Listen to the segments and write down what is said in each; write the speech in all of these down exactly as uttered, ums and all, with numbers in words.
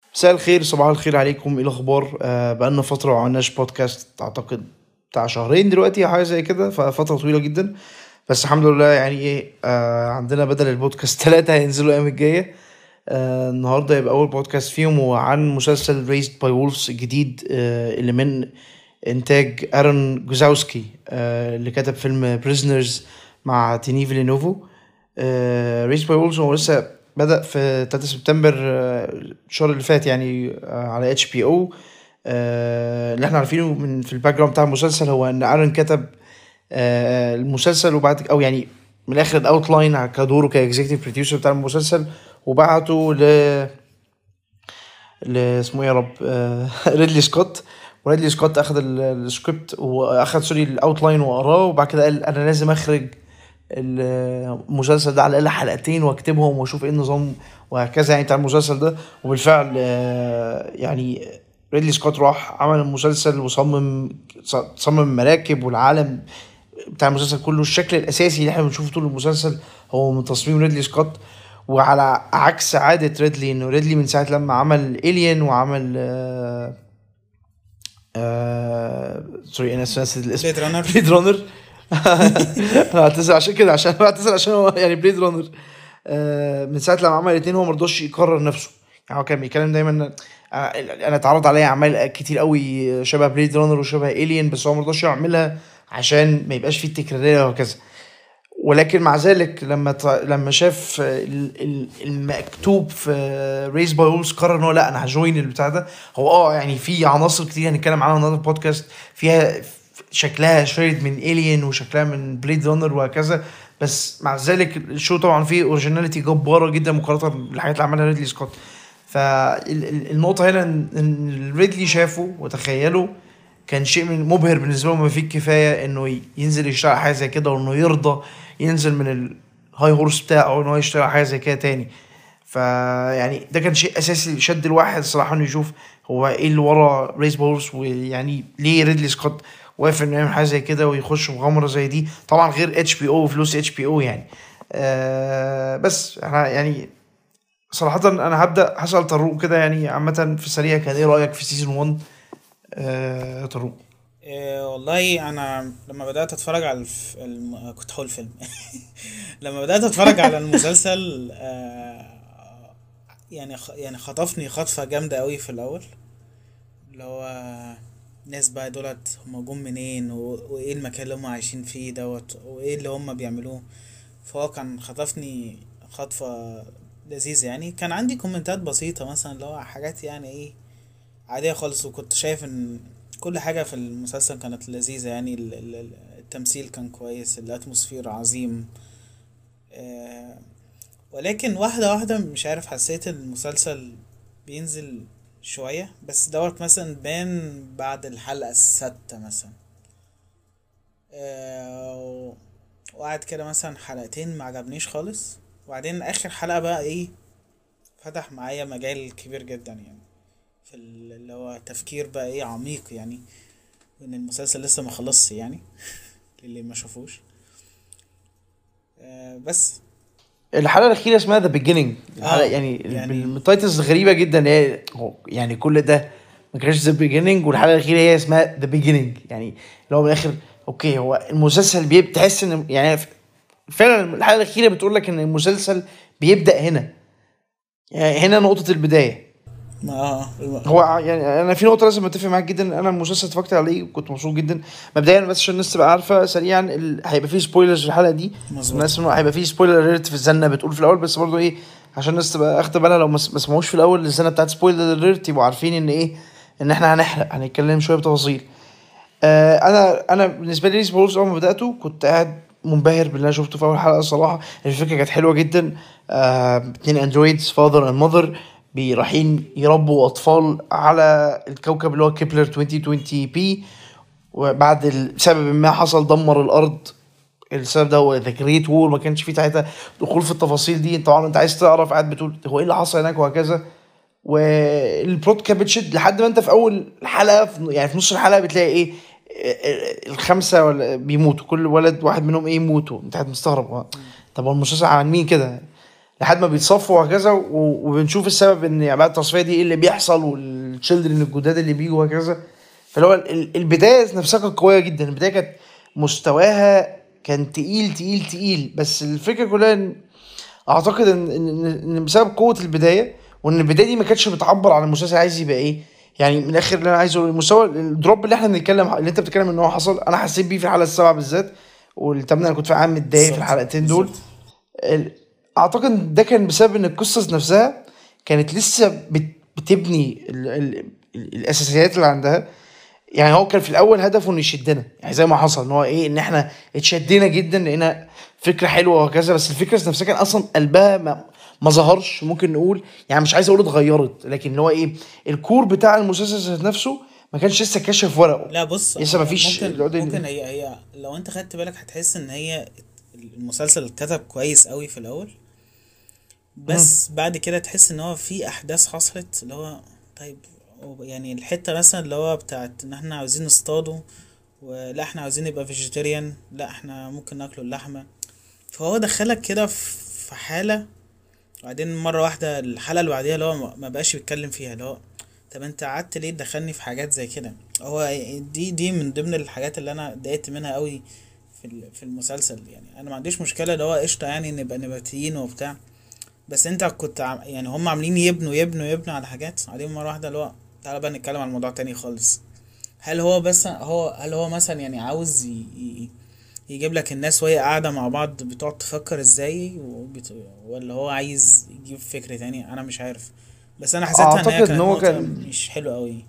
مساء الخير، صباح الخير عليكم. ايه الاخبار؟ آه بقالنا فتره ما عملناش بودكاست، اعتقد بتاع شهرين دلوقتي او حاجه زي كده، ففتره طويله جدا. بس الحمد لله، يعني ايه، آه عندنا بدل البودكاست ثلاثه هينزلوا الايام الجايه. آه النهارده يبقى اول بودكاست فيهم هو عن مسلسل ريزد باي وولفز الجديد، آه اللي من انتاج ارون جوزاوسكي، آه اللي كتب فيلم بريزنرز مع تيني فيلينوفو. ريس باي وولز هو لسه بدأ في تلاتة سبتمبر، آه، الشهر اللي فات، يعني آه، على اتش بي او. اللي احنا عارفينه من في الباك جراوند بتاع المسلسل هو ان ارن كتب آه، المسلسل، وبعد او يعني من الاخر الاوتلاين كدوره كاكزيكتيف بروديوسر بتاع المسلسل، وبعته ل ل اسمه ايه يا رب، آه، ريدلي سكوت. وريدلي سكوت اخذ ال- السكريبت، واخذ سوري الاوتلاين وقراه، وبعد كده قال انا لازم اخرج المسلسل ده على الاقل حلقتين واكتبهم واشوف ايه النظام وهكذا، يعني بتاع المسلسل ده. وبالفعل آه، يعني ريدلي سكوت راح عمل المسلسل وصمم صمم مراكب، والعالم بتاع المسلسل كله الشكل الاساسي اللي احنا بنشوفه طول المسلسل هو من تصميم ريدلي سكوت. وعلى عكس عادة ريدلي، انه ريدلي من ساعة لما عمل الين وعمل آه آه سوري انا نسيت الاسم. بليد رانر. بليد رانر. انا بعتذر عشان كده، عشان بعتذر عشان هو يعني بليد رانر. آه من ساعة لما عمل الاتنين هو مرضاش يكرر نفسه. يعني هو كان بيتكلم دايما، آه، انا اتعرض عليا اعمال كتير قوي شبه بليد رانر وشبه الين، بس هو مرضاش يعملها عشان ما يبقاش فيه التكرارية وهكذا. ولكن مع ذلك لما ت... لما شاف ال- ال- المكتوب في ريز باي وولز قرر ان هو لا، انا هجوين البتاع ده. هو اه يعني في عناصر كتير هنتكلم عنها النهارده في البودكاست، فيها شكلها شويه من الين وشكلها من بليد رانر وهكذا. بس مع ذلك الشو طبعا فيه اوريجيناليتي جباره جدا مقارنه بالحاجات اللي عملها ريدلي سكوت. فالنقطه هنا ان إن ريدلي شافه وتخيله كان شيء من مبهر بالنسبه له، ما فيه الكفايه انه ي- ينزل يشتغل حاجه زي كده، وانه يرضى ينزل من الهاي هورس بتاعه ان هو يشتغل حاجه زي كده تاني. فيعني ده كان شيء اساسي شد الواحد صراحه انه يشوف هو ايه اللي ورا ريس بولز، ويعني ليه ريدلي سكوت وافق انه يعمل حاجه زي كده ويخش مغامره زي دي، طبعا غير اتش بي او وفلوس اتش بي او يعني. آه بس احنا يعني صراحه انا هبدا هسال طروق كده، يعني عامه في السريع كان ايه رايك في سيزون واحد؟ آه طروق. إيه والله انا لما بدات اتفرج على الف... الم... كنت هقول فيلم. لما بدات اتفرج على المسلسل آه... يعني خ... يعني خطفني خطفه جامده قوي في الاول، اللي هو الناس بقى دولت هم جم منين و... وايه المكان اللي هم عايشين فيه دوت وايه اللي هم بيعملوه. فهو كان خطفني خطفه لذيذه، يعني كان عندي كومنتات بسيطه مثلا اللي هو حاجات يعني ايه عادية خالص، وكنت شايف ان كل حاجة في المسلسل كانت لذيذة، يعني ال- ال- ال- التمثيل كان كويس، الاتموسفير عظيم. آه، ولكن واحدة واحدة مش عارف، حسيت المسلسل بينزل شوية، بس دوت مثلا بان بعد الحلقة السادسة مثلا. آه، و- وقعد كده مثلا حلقتين ما عجبنيش خالص، وبعدين اخر حلقة بقى ايه فتح معايا مجال كبير جدا، يعني في ال- اللي هو تفكير بقى ايه عميق يعني، وان المسلسل لسه ما خلصش يعني. للي ما شافوش. آه بس. الحلقة الأخيرة اسمها ذا بيجيننج. الحلقة اه يعني يعني بالتايتلز غريبة جدا، هي هو يعني كل ده ما كانش ذا بيجيننج، والحلقة الأخيرة هي اسمها ذا بيجيننج، يعني اللي هو من الآخر أوكي هو المسلسل بيبدأ تحس إن يعني فعلا الحلقة الأخيرة بتقول لك إن المسلسل بيبدأ هنا، يعني هنا نقطة البداية. ما اه هو ع- يعني انا في نقطه لازم اتفق معاك جدا، انا المسلسل اتفرجت عليه وكنت مبسوط جدا. مبدئيا بس عشان الناس تبقى عارفه سريعا، ال... هيبقى فيه سبويلرز في الحلقه دي. مظبوط. الناس إنه هيبقى فيه سبويلر ريت في الزنه بتقول في الاول، بس برضو ايه، عشان الناس تبقى اخد بالها لو ما س- ما سمعوش في الاول الزنه بتاعت سبويلر ريت، يبقوا عارفين ان ايه، ان احنا هنحرق، هنتكلم شويه بتفاصيل. آه انا انا بالنسبه لي سبورز اول ما بداته كنت قاعد منبهر باللي انا شفته في اول حلقه الصراحه. الفكره كانت حلوه جدا. آه اتنين اندرويدز فاذر اند ماذر رايحين يربوا اطفال على الكوكب اللي هو كيبلر ألفين وعشرين بي، وبعد السبب ما حصل دمر الارض. السبب ده هو ذا جريت وور، ما كانش فيه ساعتها دخول في التفاصيل دي. انت طبعا انت عايز تعرف، قاعد بتقول هو ايه اللي حصل هناك وهكذا. والبلوت كانت بتشد لحد ما انت في اول حلقه، في يعني في نص الحلقه بتلاقي ايه، الخمسه ولا بيموتوا، كل ولد واحد منهم ايه يموتوا. انت قاعد مستغرب، هو- مم. طب هو المسلسل عن مين كده؟ لحد ما بيتصفوا وهكذا، و- وبنشوف السبب ان يعني بعد التصفيه دي ايه اللي بيحصل، والتشيلدرن الجداد اللي بيجوا وهكذا. فاللي هو ال- البدايه نفسها كانت قويه جدا، البدايه كانت مستواها كان تقيل تقيل تقيل. بس الفكره كلها ان اعتقد ان ان إن- إن بسبب قوه البدايه، وان البدايه دي ما كانتش بتعبر عن المسلسل عايز يبقى ايه. يعني من الاخر اللي انا عايزه المستوى الدروب اللي احنا بنتكلم اللي انت بتتكلم ان هو حصل، انا حسيت بيه في الحلقه السابعه بالذات، والثامنه انا كنت فعلا متضايق في بالظبط الحلقتين دول. بالظبط. ال- اعتقد ده كان بسبب ان القصص نفسها كانت لسه بت- بتبني ال ال ال الاساسيات اللي عندها. يعني هو كان في الاول هدفه انه يشدنا، يعني زي ما حصل ان هو ايه، ان احنا اتشدينا جدا لقينا فكره حلوه وهكذا. بس الفكره نفسها كان اصلا قلبها ما, ما ظهرش، ممكن نقول يعني مش عايز اقول اتغيرت، لكن اللي هو ايه، الكور بتاع المسلسل ذات نفسه ما كانش لسه كشف ورقه، لا بص، لسه ما هو فيش ممكن العقده ممكن دي. هي هي لو انت خدت بالك هتحس ان هي المسلسل اتكتب كويس قوي في الاول، مم. بس بعد كده تحس ان هو في احداث حصلت اللي هو طيب. هو يعني الحتة مثلا اللي هو بتاعت ان احنا عاوزين نصطاده، ولا احنا عاوزين نبقى فيجيتيريان، لا احنا ممكن ناكله اللحمة. فهو دخلك كده في حالة، وبعدين مرة واحدة الحلقة اللي بعديها اللي هو ما ما بقاش بيتكلم فيها اللي هو طب انت قعدت ليه تدخلني في حاجات زي كده. هو دي دي من ضمن الحاجات اللي انا اتضايقت منها قوي في ال- في المسلسل. يعني انا ما عنديش مشكلة اللي هو قشطة يعني نبقى نباتيين وبتاع، بس انت كنت عم يعني هم عاملين يبنوا يبنوا يبنوا على حاجات، بعدين مرة واحدة اللي هو تعالى بقى نتكلم عن موضوع تاني خالص. هل هو بس هو هل هو مثلا يعني عاوز ي... ي... يجيب لك الناس وهي قاعدة مع بعض بتقعد تفكر ازاي وبت... ولا هو عايز يجيب فكرة تاني؟ انا مش عارف، بس انا حسيتها ان هي اعتقد ان كانت هو نقطة كان مش حلوة قوي.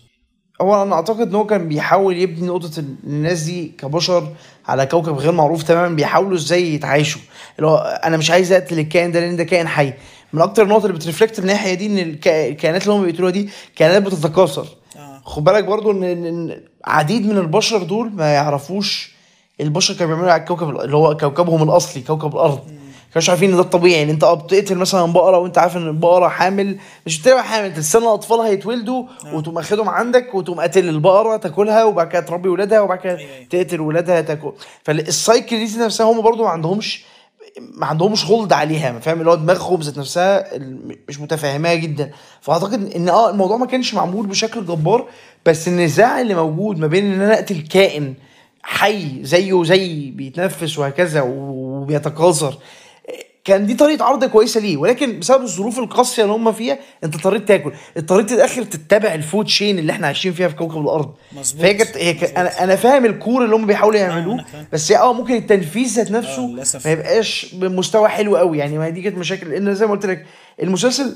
هو انا اعتقد ان هو كان بيحاول يبني نقطة إن الناس دي كبشر على كوكب غير معروف تماما، بيحاولوا ازاي يتعايشوا. اللي هو انا مش عايز اقتل الكائن ده لان ده كائن حي. من اكتر النقط اللي بترفلكت من الناحية دي ان الكا- الكائنات اللي هم بيقتلوها دي كائنات بتتكاثر. اه خد بالك برضو ان إن- إن عديد من البشر دول ما يعرفوش البشر كانوا بيعملوا على الكوكب اللي هو كوكبهم الاصلي كوكب الارض. كانوش عارفين ان ده الطبيعي، ان انت اه بتقتل مثلا بقره وانت عارف ان البقره حامل، مش بتبقى حامل، تستنى اطفالها يتولدوا اه وتقوم اخدهم عندك وتقوم قاتل البقره تاكلها، وبعد كده تربي ولادها، وبعد كده ايوه ايوه تقتل ولادها تاكل. فالسايكل دي نفسها هم برضو ما عندهمش ما عندهمش غلد عليها، فاهم؟ اللي هو دماغهم ذات نفسها ال- مش متفاهماها جدا. فاعتقد ان اه الموضوع ما كانش معمول بشكل جبار، بس النزاع اللي موجود ما بين ان انا اقتل كائن حي زيه زي بيتنفس وهكذا وبيتكاثر، كان دي طريقه عرض كويسه ليه. ولكن بسبب الظروف القاسيه اللي هم فيها انت اضطريت تاكل، اضطريت في الاخر تتبع الفود شين اللي احنا عايشين فيها في كوكب الارض. فهي مظبوط كانت هي كانت مظبوط. انا انا فاهم الكور اللي هم بيحاولوا اه يعملوه، انا كمان. بس هي اه ممكن التنفيذ ذات اه نفسه ما للاسف. يبقاش بمستوى حلو قوي. يعني ما هي دي كانت مشاكل، لان زي ما قلت لك المسلسل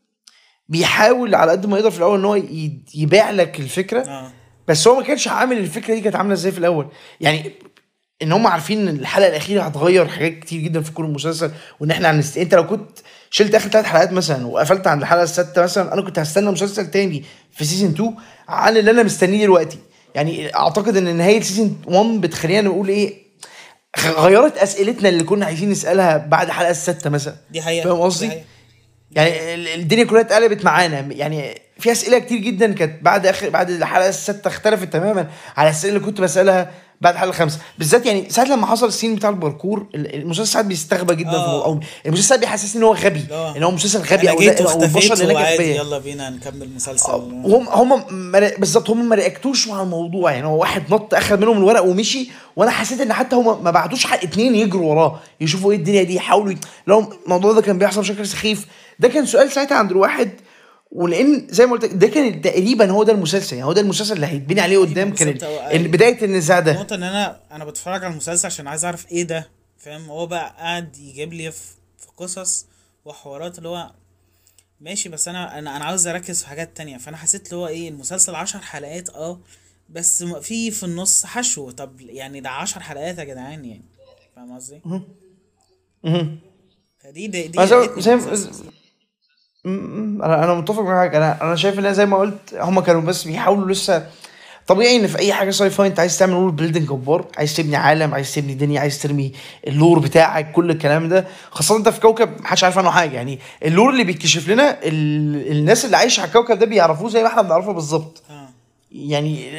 بيحاول على قد ما يقدر في الاول ان هو ي- يبيع لك الفكره، اه بس هو ما كانش عامل الفكره دي كانت عامله ازاي في الاول. يعني ان هم عارفين ان الحلقه الاخيره هتغير حاجات كتير جدا في كل المسلسل، وان احنا هنست... انت لو كنت شلت اخر ثلاث حلقات مثلا وقفلت عند الحلقه السادسه مثلا، انا كنت هستنى مسلسل تاني في سيزون اتنين عن اللي انا مستنيه دلوقتي. يعني اعتقد ان نهايه سيزون واحد بتخلينا نقول ايه، غيرت اسئلتنا اللي كنا عايزين نسالها بعد الحلقه السادسه مثلا. دي حقيقة فاهم دي قصدي؟ حقيقة دي حقيقة. يعني ال- الدنيا كلها اتقلبت معانا. يعني في اسئله كتير جدا كانت بعد اخر بعد الحلقه السادسه اختلفت تماما على الاسئله اللي كنت بسالها بعد الحلقه الخامسه بالذات. يعني ساعه لما حصل السين بتاع الباركور، ال- المسلسل ساعات بيستغبى جدا في الموضوع، اه او المسلسل ساعات بيحسسني ان هو غبي، لا ان هو مسلسل غبي، انا او ده جيت او البشر واختفيت اللي هناك وعادي اغبياء. يلا بينا نكمل مسلسل. وهم هم ما ري- بالظبط هم ما رياكتوش مع الموضوع. يعني هو واحد نط اخذ منهم الورق ومشي، وانا حسيت ان حتى هم ما بعتوش حق اتنين يجروا وراه يشوفوا ايه الدنيا دي، يحاولوا ي- لو الموضوع ده كان بيحصل بشكل سخيف. ده كان سؤال ساعتها عند الواحد، ولان زي ما قلت لك ده كان تقريبا هو ده المسلسل، يعني هو ده المسلسل اللي هيتبني عليه ايوه قدام، كان بالظبط. ال- هو ال- بدايه النزاع ده. النقطة ان انا انا بتفرج على المسلسل عشان عايز اعرف ايه ده، فاهم؟ هو بقى قاعد يجيب لي في في قصص وحوارات اللي هو ماشي، بس انا انا انا عاوز اركز في حاجات تانية. فانا حسيت اللي هو ايه، المسلسل عشر حلقات اه، بس م- في في النص حشو. طب يعني ده عشر حلقات يا جدعان يعني، فاهم قصدي؟ مهم. فدي دي, دي أنا زي ضايقتني في زي المسلسل. م- م- انا انا متفق معاك. انا انا شايف ان زي ما قلت هم كانوا بس بيحاولوا لسه. طبيعي ان في اي حاجه ساي فاي انت عايز تعمل وورد بيلدينج جبار، عايز تبني عالم، عايز تبني دنيا، عايز ترمي اللور بتاعك، كل الكلام ده، خاصه انت في كوكب محدش عارف عنه حاجه. يعني اللور اللي بيتكشف لنا ال... الناس اللي عايشه على الكوكب ده بيعرفوه زي ما احنا بنعرفه بالظبط. اه يعني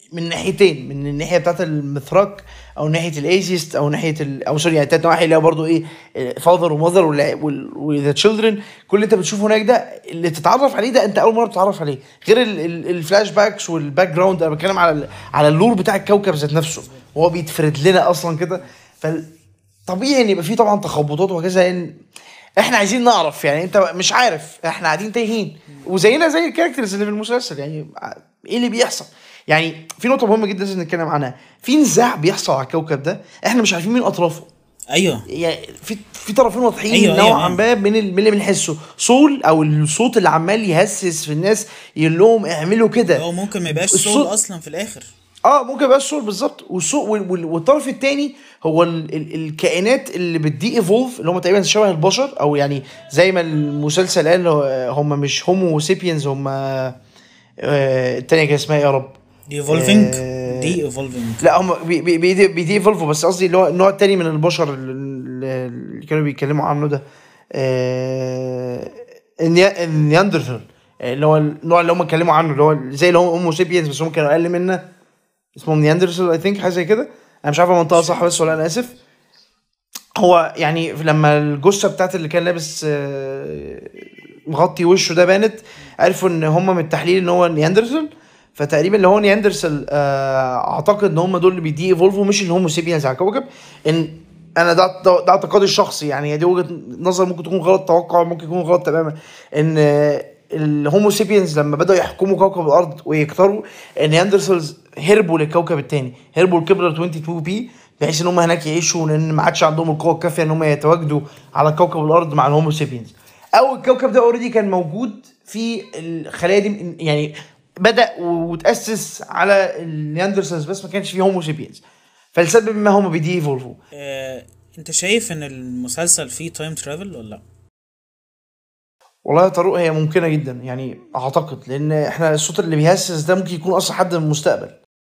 من ناحيتين، من الناحيه بتاعت المثراك او ناحيه الايزيست او ناحيه ال... او سوري يعني تلات نواحي اللي هو برضه ايه، فاذر وماذر وذا تشيلدرن. كل اللي انت بتشوفه هناك ده اللي تتعرف عليه ده انت اول مره بتتعرف عليه، غير ال... ال... الفلاش باكس والباك جراوند. انا بتكلم على ال... على اللور بتاع الكوكب ذات نفسه، وهو بيتفرد لنا اصلا كده. فطبيعي ان يبقى فيه طبعا تخبطات وكذا، ان احنا عايزين نعرف. يعني انت مش عارف، احنا قاعدين تايهين وزينا زي الكاركترز اللي في المسلسل. يعني ايه اللي بيحصل؟ يعني في نقطه مهمه جدا لازم نتكلم عنها، في نزاع بيحصل على الكوكب ده، احنا مش عارفين مين اطرافه. ايوه يعني في في طرفين واضحين أيوة نوعا أيوة ما من ال- من اللي بنحسه. سول او الصوت اللي عمال يهسس في الناس يقول لهم اعملوا كده. هو ممكن ما يبقاش الصوت- صوت اصلا في الاخر. اه ممكن يبقى السول بالظبط. والسوق وال- وال- والطرف الثاني هو ال ال الكائنات اللي بتدي ايفولف، اللي هم تقريبا شبه البشر، او يعني زي ما المسلسل قال هو- هم مش هومو سيبينز، هم آه الثانيه كان اسمها إيه يا رب؟ ايفولفينج آه، دي ايفولفينج لا هم بي بي بيدي بيدي ايفولفوا، بس قصدي اللي هو النوع الثاني من البشر اللي اللي كانوا بيتكلموا عنه ده، آه، النيا- النياندرتال، اللي هو النوع اللي هم اتكلموا عنه، اللي هو زي اللي هم هومو سيبينز بس هم كانوا اقل منا، اسمهم نياندرسل اي ثينك، حاجه زي كده. انا مش عارف المنطقه صح بس ولا انا اسف. هو يعني لما الجثه بتاعت اللي كان لابس آه، مغطي وشه ده بانت، عرفوا ان هم من التحليل ان هو نياندرسل. فتقريبا اللي هو نياندرسل آه، اعتقد ان هم دول اللي بيدي ايفولفو، مش ان هم سيبيانز على الكوكب. ان انا ده ده ده اعتقادي الشخصي، يعني دي وجهه نظر ممكن تكون غلط، توقع ممكن يكون غلط تماما، ان آه، الهومو سيبينز لما بدأوا يحكموا كوكب الأرض ويكتروا، النياندرسلز هربوا للكوكب التاني، هربوا لكبلر اتنين وعشرين بي، بحيث ان هم هناك يعيشوا، لان ما عادش عندهم القوه الكافيه ان هم يتواجدوا على كوكب الارض مع الهومو سيبينز. او الكوكب ده اوريدي كان موجود في الخلايا دي، يعني بدأ وتأسس على النياندرسلز بس ما كانش فيه هومو سيبينز، فلسبب ما هم بيدي ايفولفوا. آه، انت شايف ان المسلسل فيه تايم ترافل ولا لا؟ والله يا طارق هي ممكنه جدا، يعني اعتقد، لان احنا الصوت اللي بيهسس ده ممكن يكون اصلا حد من المستقبل.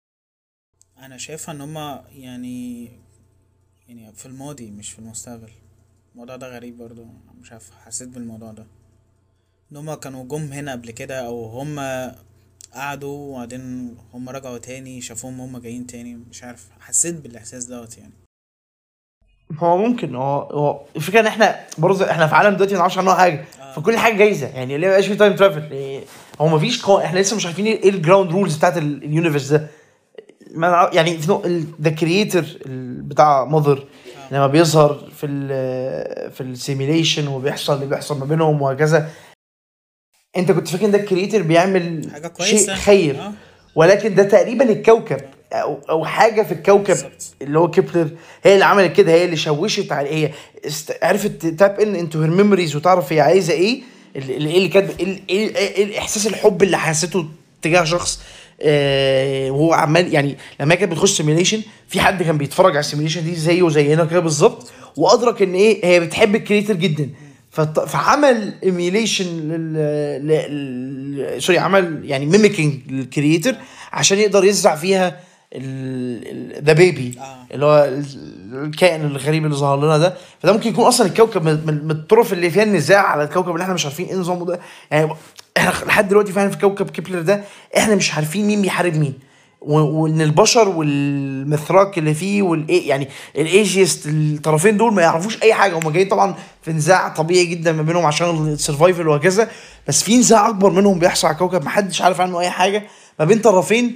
انا شايفها ان هما يعني يعني في الماضي مش في المستقبل. الموضوع ده غريب برضو، مش عارف، حسيت بالموضوع ده ان هما كانوا جم هنا قبل كده، او هما قعدوا وبعدين هما رجعوا تاني شافوهم هما جايين تاني، مش عارف، حسيت بالاحساس دوت يعني. هو ممكن، هو هو الفكره ان احنا برضه احنا في عالم دلوقتي ما نعرفش عنه حاجه، آه. فكل حاجه جايزه. يعني ليه ما يبقاش في تايم ترافل؟ إيه، هو ما فيش قو... احنا لسه مش عارفين ايه الجراوند رولز بتاعت ال- اليونيفرس ده. ما نع- يعني ذا كرييتور بتاع ماذر لما بيظهر في ال في السيميليشن وبيحصل اللي بيحصل ما بينهم وهكذا، انت كنت فاكر ان ده الكرييتور بيعمل حاجة شيء كويسة. خير، آه. ولكن ده تقريبا الكوكب او او حاجه في الكوكب بالظبط. اللي هو كيبلر هي اللي عملت كده، هي اللي شوشت على، هي است... عرفت تاب ان انتو هير ميموريز وتعرف هي عايزه ايه، اللي اللي- ايه اللي كاتب ايه ال- ايه ايه إيه الاحساس الحب اللي حسيته تجاه شخص. آه وهو عمال يعني لما كانت بتخش سيميليشن، في حد كان بيتفرج على السيميليشن دي زيه وزينا كده بالظبط، وادرك ان ايه هي بتحب الكريتور جدا. فط- فعمل ايميليشن لل... ل... سوري عمل يعني ميميكينج للكريتور عشان يقدر يزرع فيها ذا بيبي آه. اللي هو ال- الكائن الغريب اللي ظهر لنا ده. فده ممكن يكون اصلا الكوكب من, من من الطرف اللي فيها النزاع على الكوكب اللي احنا مش عارفين ايه نظامه ده. يعني احنا لحد دلوقتي فعلا في كوكب كيبلر ده احنا مش عارفين مين بيحارب مين، و- وان البشر والمثراك اللي فيه والايه يعني الايجيست، الطرفين دول ما يعرفوش اي حاجه. هم جايين طبعا في نزاع طبيعي جدا ما بينهم عشان السرفايفل وهكذا، بس في نزاع اكبر منهم بيحصل على الكوكب محدش عارف عنه اي حاجه ما بين طرفين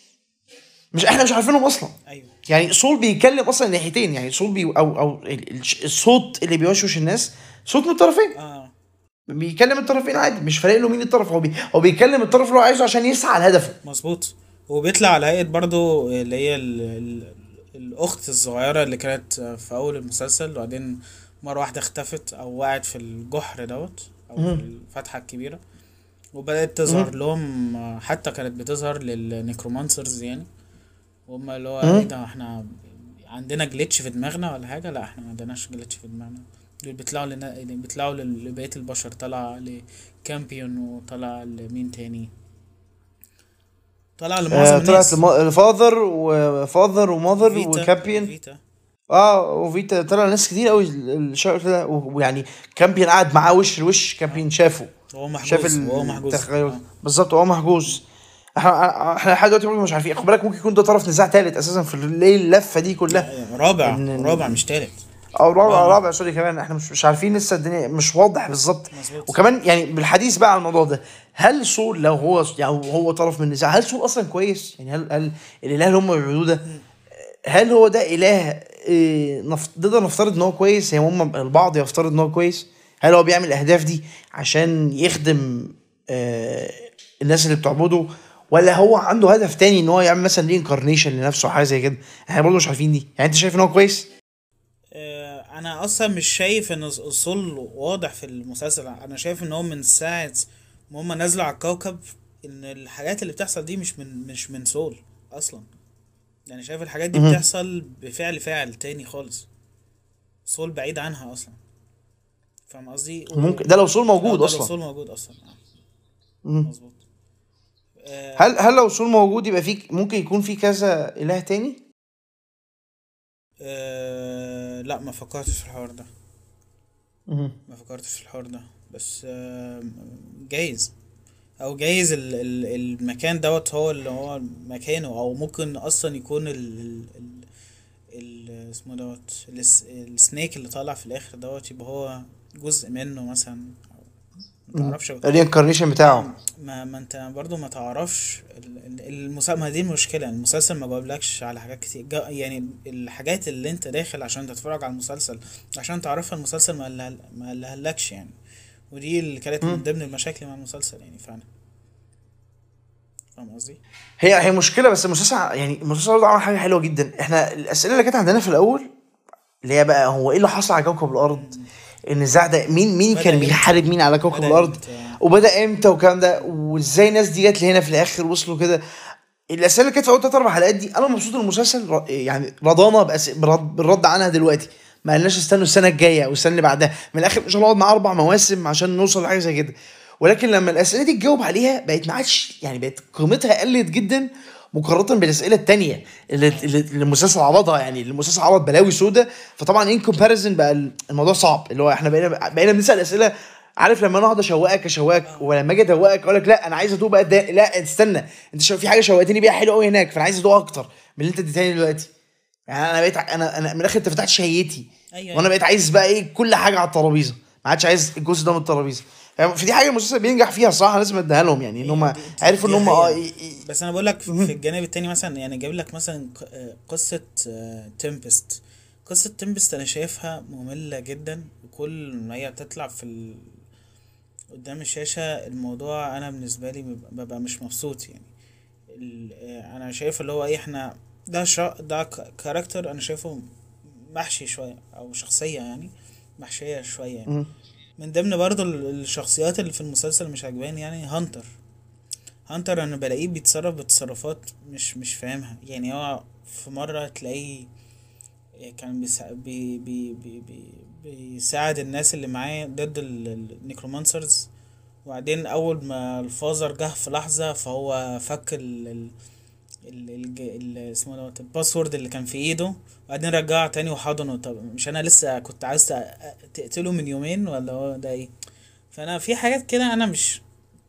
مش احنا مش عارفينهم اصلا. ايوه يعني سول بيتكلم اصلا الناحيتين، يعني سول بي او او ال- ال- الصوت اللي بيوشوش الناس صوت من الطرفين، اه بيكلم الطرفين عادي، مش فارق له مين الطرف، هو بي هو بيكلم الطرف اللي هو عايزه عشان يسعى لهدفه. مظبوط. وبيطلع على هيئة برضو اللي هي ال... ال... الأخت الصغيرة اللي كانت في أول المسلسل، وبعدين مرة واحدة اختفت أو وقعت في الجحر دوت أو في الفتحة الكبيرة، وبدأت تظهر لهم. حتى كانت بتظهر للنيكرومانسرز يعني، وهم اللي هو ايه ده، احنا عندنا جليتش في دماغنا ولا حاجة؟ لا احنا ما عندناش جليتش في دماغنا. دول بيطلعوا لنا، بيطلعوا لبقية البشر، طلع لكامبيون وطلع لمين تاني، طلع لمعظم آه الناس. طلعت لفاذر وفاذر وماذر فيتا وكامبيون. فيتا اه وفيتا طلع ناس كتير قوي الشهر ده، ويعني كامبيون قعد معاه وش لوش، كامبيون شافه وهو شاف محجوز وهو محجوز التخيل آه. بالظبط، وهو محجوز. احنا احنا لحد دلوقتي برضه مش عارفين، خد بالك ممكن يكون ده طرف نزاع تالت اساسا في الليل اللفه دي كلها. رابع ان رابع مش تالت. او رابع رابع. رابع سوري كمان، احنا مش مش عارفين لسه، الدنيا مش واضح بالظبط. مظبوط. وكمان يعني بالحديث بقى عن الموضوع ده، هل سول لو هو يعني هو طرف من النزاع، هل سول اصلا كويس؟ يعني هل هل الاله اللي هم بيعبدوه ده، هل هو ده اله إيه، نف- نقدر نفترض ان هو كويس؟ يعني هم البعض يفترض ان هو كويس. هل هو بيعمل الاهداف دي عشان يخدم آه الناس اللي بتعبده، ولا هو عنده هدف تاني ان هو يعمل مثلا رينكارنيشن لنفسه أو حاجه زي كده؟ احنا برضه مش عارفين دي. يعني انت شايف ان هو كويس؟ آه، انا اصلا مش شايف ان الصول واضح في المسلسل. انا شايف ان هو من ساعه ما هم نزلوا على الكوكب ان الحاجات اللي بتحصل دي مش من مش من سول اصلا. يعني شايف الحاجات دي مهم. بتحصل بفعل فاعل تاني خالص. سول بعيد عنها اصلا. فاهم قصدي؟ و... ممكن ده لو سول اه موجود ده لو اصلا. سول موجود اصلا. اه مهم. مظبوط. آه. هل هل لو سول موجود يبقى في ممكن يكون في كذا اله تاني؟ آه لا، ما فكرتش في الحوار ده. مهم. ما فكرتش في الحوار ده. بس آه جايز. او جايز ال ال المكان دوت هو اللي هو مكانه، او ممكن اصلا يكون ال ال ال ال- اسمه دوت الس- السنيك اللي طالع في الاخر دوت يبقى هو جزء منه مثلا. أو ما تعرفش. الرينكارنيشن اه بتاعه. ما ما انت برضو ما تعرفش المسلسل. ما دي المشكلة، المسلسل ما جاوبلكش على حاجات كتير. جا يعني الحاجات اللي انت داخل عشان تتفرج على المسلسل عشان تعرفها، المسلسل ما قالها ما قالهالكش يعني. ودي اللي كانت من مم. ضمن المشاكل مع المسلسل يعني فعلا. فاهم قصدي؟ هي هي مشكله، بس المسلسل يعني المسلسل برضه عمل حاجه حلوه جدا. احنا الاسئله اللي كانت عندنا في الاول اللي هي بقى هو ايه اللي حصل على كوكب الارض، النزاع ده مين مين كان بدأ امتى بيحارب مين على كوكب بدأ الارض، امتى وبدا امتى والكلام ده، وازاي الناس دي جت لهنا في الاخر وصلوا كده. الاسئله اللي كانت في اول ثلاث اربع حلقات دي انا مبسوط ان المسلسل ر- يعني رضانا بأس... برد... بالرد عنها دلوقتي. ما قلناش استنوا السنه الجايه او السنه اللي بعدها، من الاخر مش هنقعد مع اربع مواسم عشان نوصل لحاجه زي كده. ولكن لما الاسئله دي تجاوب عليها بقت ما عادش يعني، بقت قيمتها قلت جدا مقارنه بالاسئله التانية اللي, اه اللي اللي المسلسل عرضها. يعني المسلسل عرض بلاوي سودا، فطبعا ان كومباريزن بقى الموضوع صعب. اللي هو احنا بقينا بقينا بنسال اسئله، عارف لما انا اقعد اشوقك اشوقك اه ولما اجي ادوقك اقول لك لا انا عايز ادوق بقى ده، لا استنى انت شو في حاجه شوقتني بيها حلو قوي هناك، فانا عايز ادوق اكتر من اللي انت اديتني دلوقتي. يعني انا بقيت ع- انا انا من الاخر انت فتحت شهيتي، ايوه وانا ايوه. بقيت عايز بقى ايه كل حاجه على الترابيزه، ما عادش عايز الجزء ده من الترابيزه. يعني في دي حاجه المسلسل بينجح فيها صراحه، لازم اديها لهم يعني ان هي هم دي دي, عرفوا ان دي هم اه حقيقة. ي- ي- بس انا بقول لك في مهم. الجانب التاني مثلا، يعني جايب لك مثلا ق- آه، قصة تمبست. قصة تمبست انا شايفها مملة جدا. وكل ما هي بتطلع في ال... قدام الشاشة الموضوع انا بالنسبة لي ببقى ببقى مش مبسوط يعني. ال... آه، انا شايف اللي هو ايه، احنا ده شا... ده ك- كاركتر انا شايفه محشي شوية، او شخصية يعني محشية شوية يعني. مهم. من ضمن برضو ال- الشخصيات اللي في المسلسل مش عجباني يعني هانتر. هانتر انا بلاقيه بيتصرف بتصرفات مش مش فاهمها يعني. هو في مرة تلاقيه كان بيسا بي بي بي بي بيساعد الناس اللي معاه ضد النيكرومانسرز. وبعدين اول ما الفازر جه في لحظة فهو فك ال ال ال ال ال- اسمه دوت الباسورد اللي كان في ايده. وبعدين رجعه تاني وحضنه. طب مش انا لسه كنت عايز تق- تقتله من يومين ولا هو ده ايه؟ فانا في حاجات كده انا مش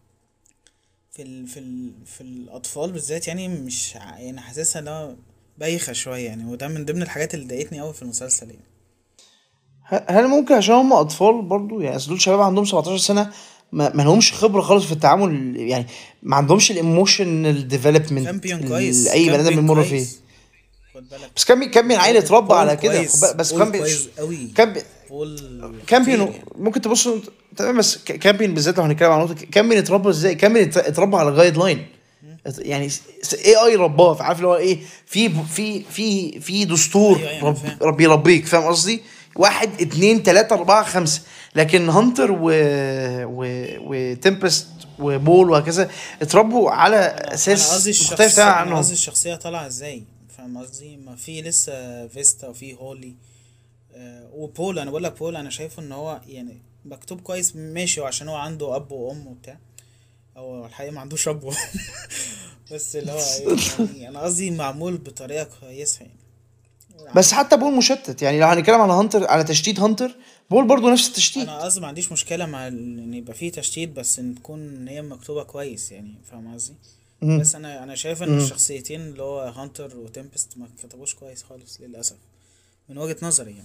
في ال في ال في الاطفال بالذات يعني مش ع- يعني حاسسها ان هو بايخه شويه يعني. وده من ضمن الحاجات اللي ضايقتني قوي في المسلسل يعني. ه- هل ممكن عشان هم اطفال برضو؟ يعني اصل دول شباب عندهم سبعتاشر سنه، ما, ما لهمش خبره خالص في التعامل، يعني ما عندهمش الايموشنال ديفلوبمنت كامبيون اللي كويس اي بني ادم كامبيون بيمر فيه. كويس. خد بالك. بس كان بي- كان من عيل وبول اتربى بول على كده، خد بالك. كويس بس بول كان بي كويس قوي. كان بي بول خطير كامبيون يعني. ممكن تبص تمام. بس ك- كامبيون بالذات لو هنتكلم عن نقطه كامبيون اتربى ازاي، كامبيون ات- اتربى على جايد لاين. مم. يعني اي اي رباه، عارف اللي هو ايه، في في في في دستور ايوه ايوه انا رب فاهم. ربي يربيك، فاهم قصدي؟ واحد اتنين تلاته اربعه خمسه. لكن هانتر و و وتمبست وبول وهكذا اتربوا على انا انا قصدي اساس مختلف الشخص تماما انا قصدي عنهم. الشخصيه طالعه ازاي. فاهم قصدي؟ ما في لسه فيستا وفي هولي. آه، وبول انا بقول لك بول انا شايفه ان هو يعني مكتوب كويس ماشي. وعشان هو عنده اب وام وبتاع. هو الحقيقه ما عندوش اب وام. بس اللي هو ايه يعني انا قصدي معمول بطريقه كويسه يعني. بس عارف. حتى بول مشتت، يعني لو هنتكلم على هانتر على تشتيت هانتر، بول برضو نفس انا التشتيت. قصدي ما عنديش مشكله مع ال- ان يبقى فيه تشتيت بس ان تكون هي مكتوبه كويس يعني. فاهم قصدي؟ مم. بس انا انا شايف ان مم. الشخصيتين اللي هو هانتر وتمبست ما كتبوش كويس خالص للاسف، من وجهة نظري يعني.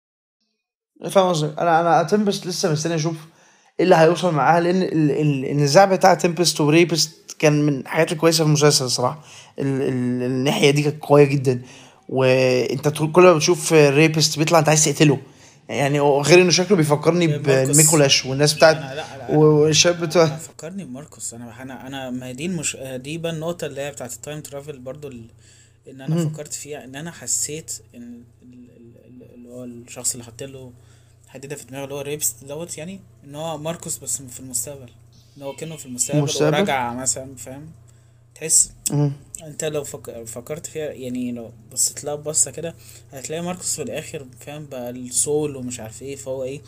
فاهم قصدك. انا انا تمبست لسه مستني اشوف ايه اللي هيوصل معاها، لان ال- ال- النزاع بتاع تمبست وريبست كان من الحاجات الكويسه في المسلسل الصراحه. ال ال الناحيه دي كانت قويه جدا. وانت طول- كل ما بتشوف ريبست بيطلع انت عايز تقتله. يعني هو غير انه شكله بيفكرني ماركوس. بميكولاش والناس بتاعت انا لا لا انا والشاب بتاع. انا فكرني بماركوس. انا انا انا ما دي المش... دي بقى النقطه اللي هي بتاعت التايم ترافل برضو ال... ان انا مم. فكرت فيها، ان انا حسيت ان ال- ال- ال- اللي هو الشخص اللي حط له حديده في دماغه اللي هو ريبس دوت، يعني ان هو ماركوس بس في المستقبل، ان هو كأنه في في المستقبل المستقبل. وراجع مثلا، فاهم؟ تحس مم. انت لو فك... فكرت فيها، يعني لو بصيت لها بصه كده هتلاقي ماركوس في الاخر فاهم بقى السول ومش عارف ايه، فهو ايه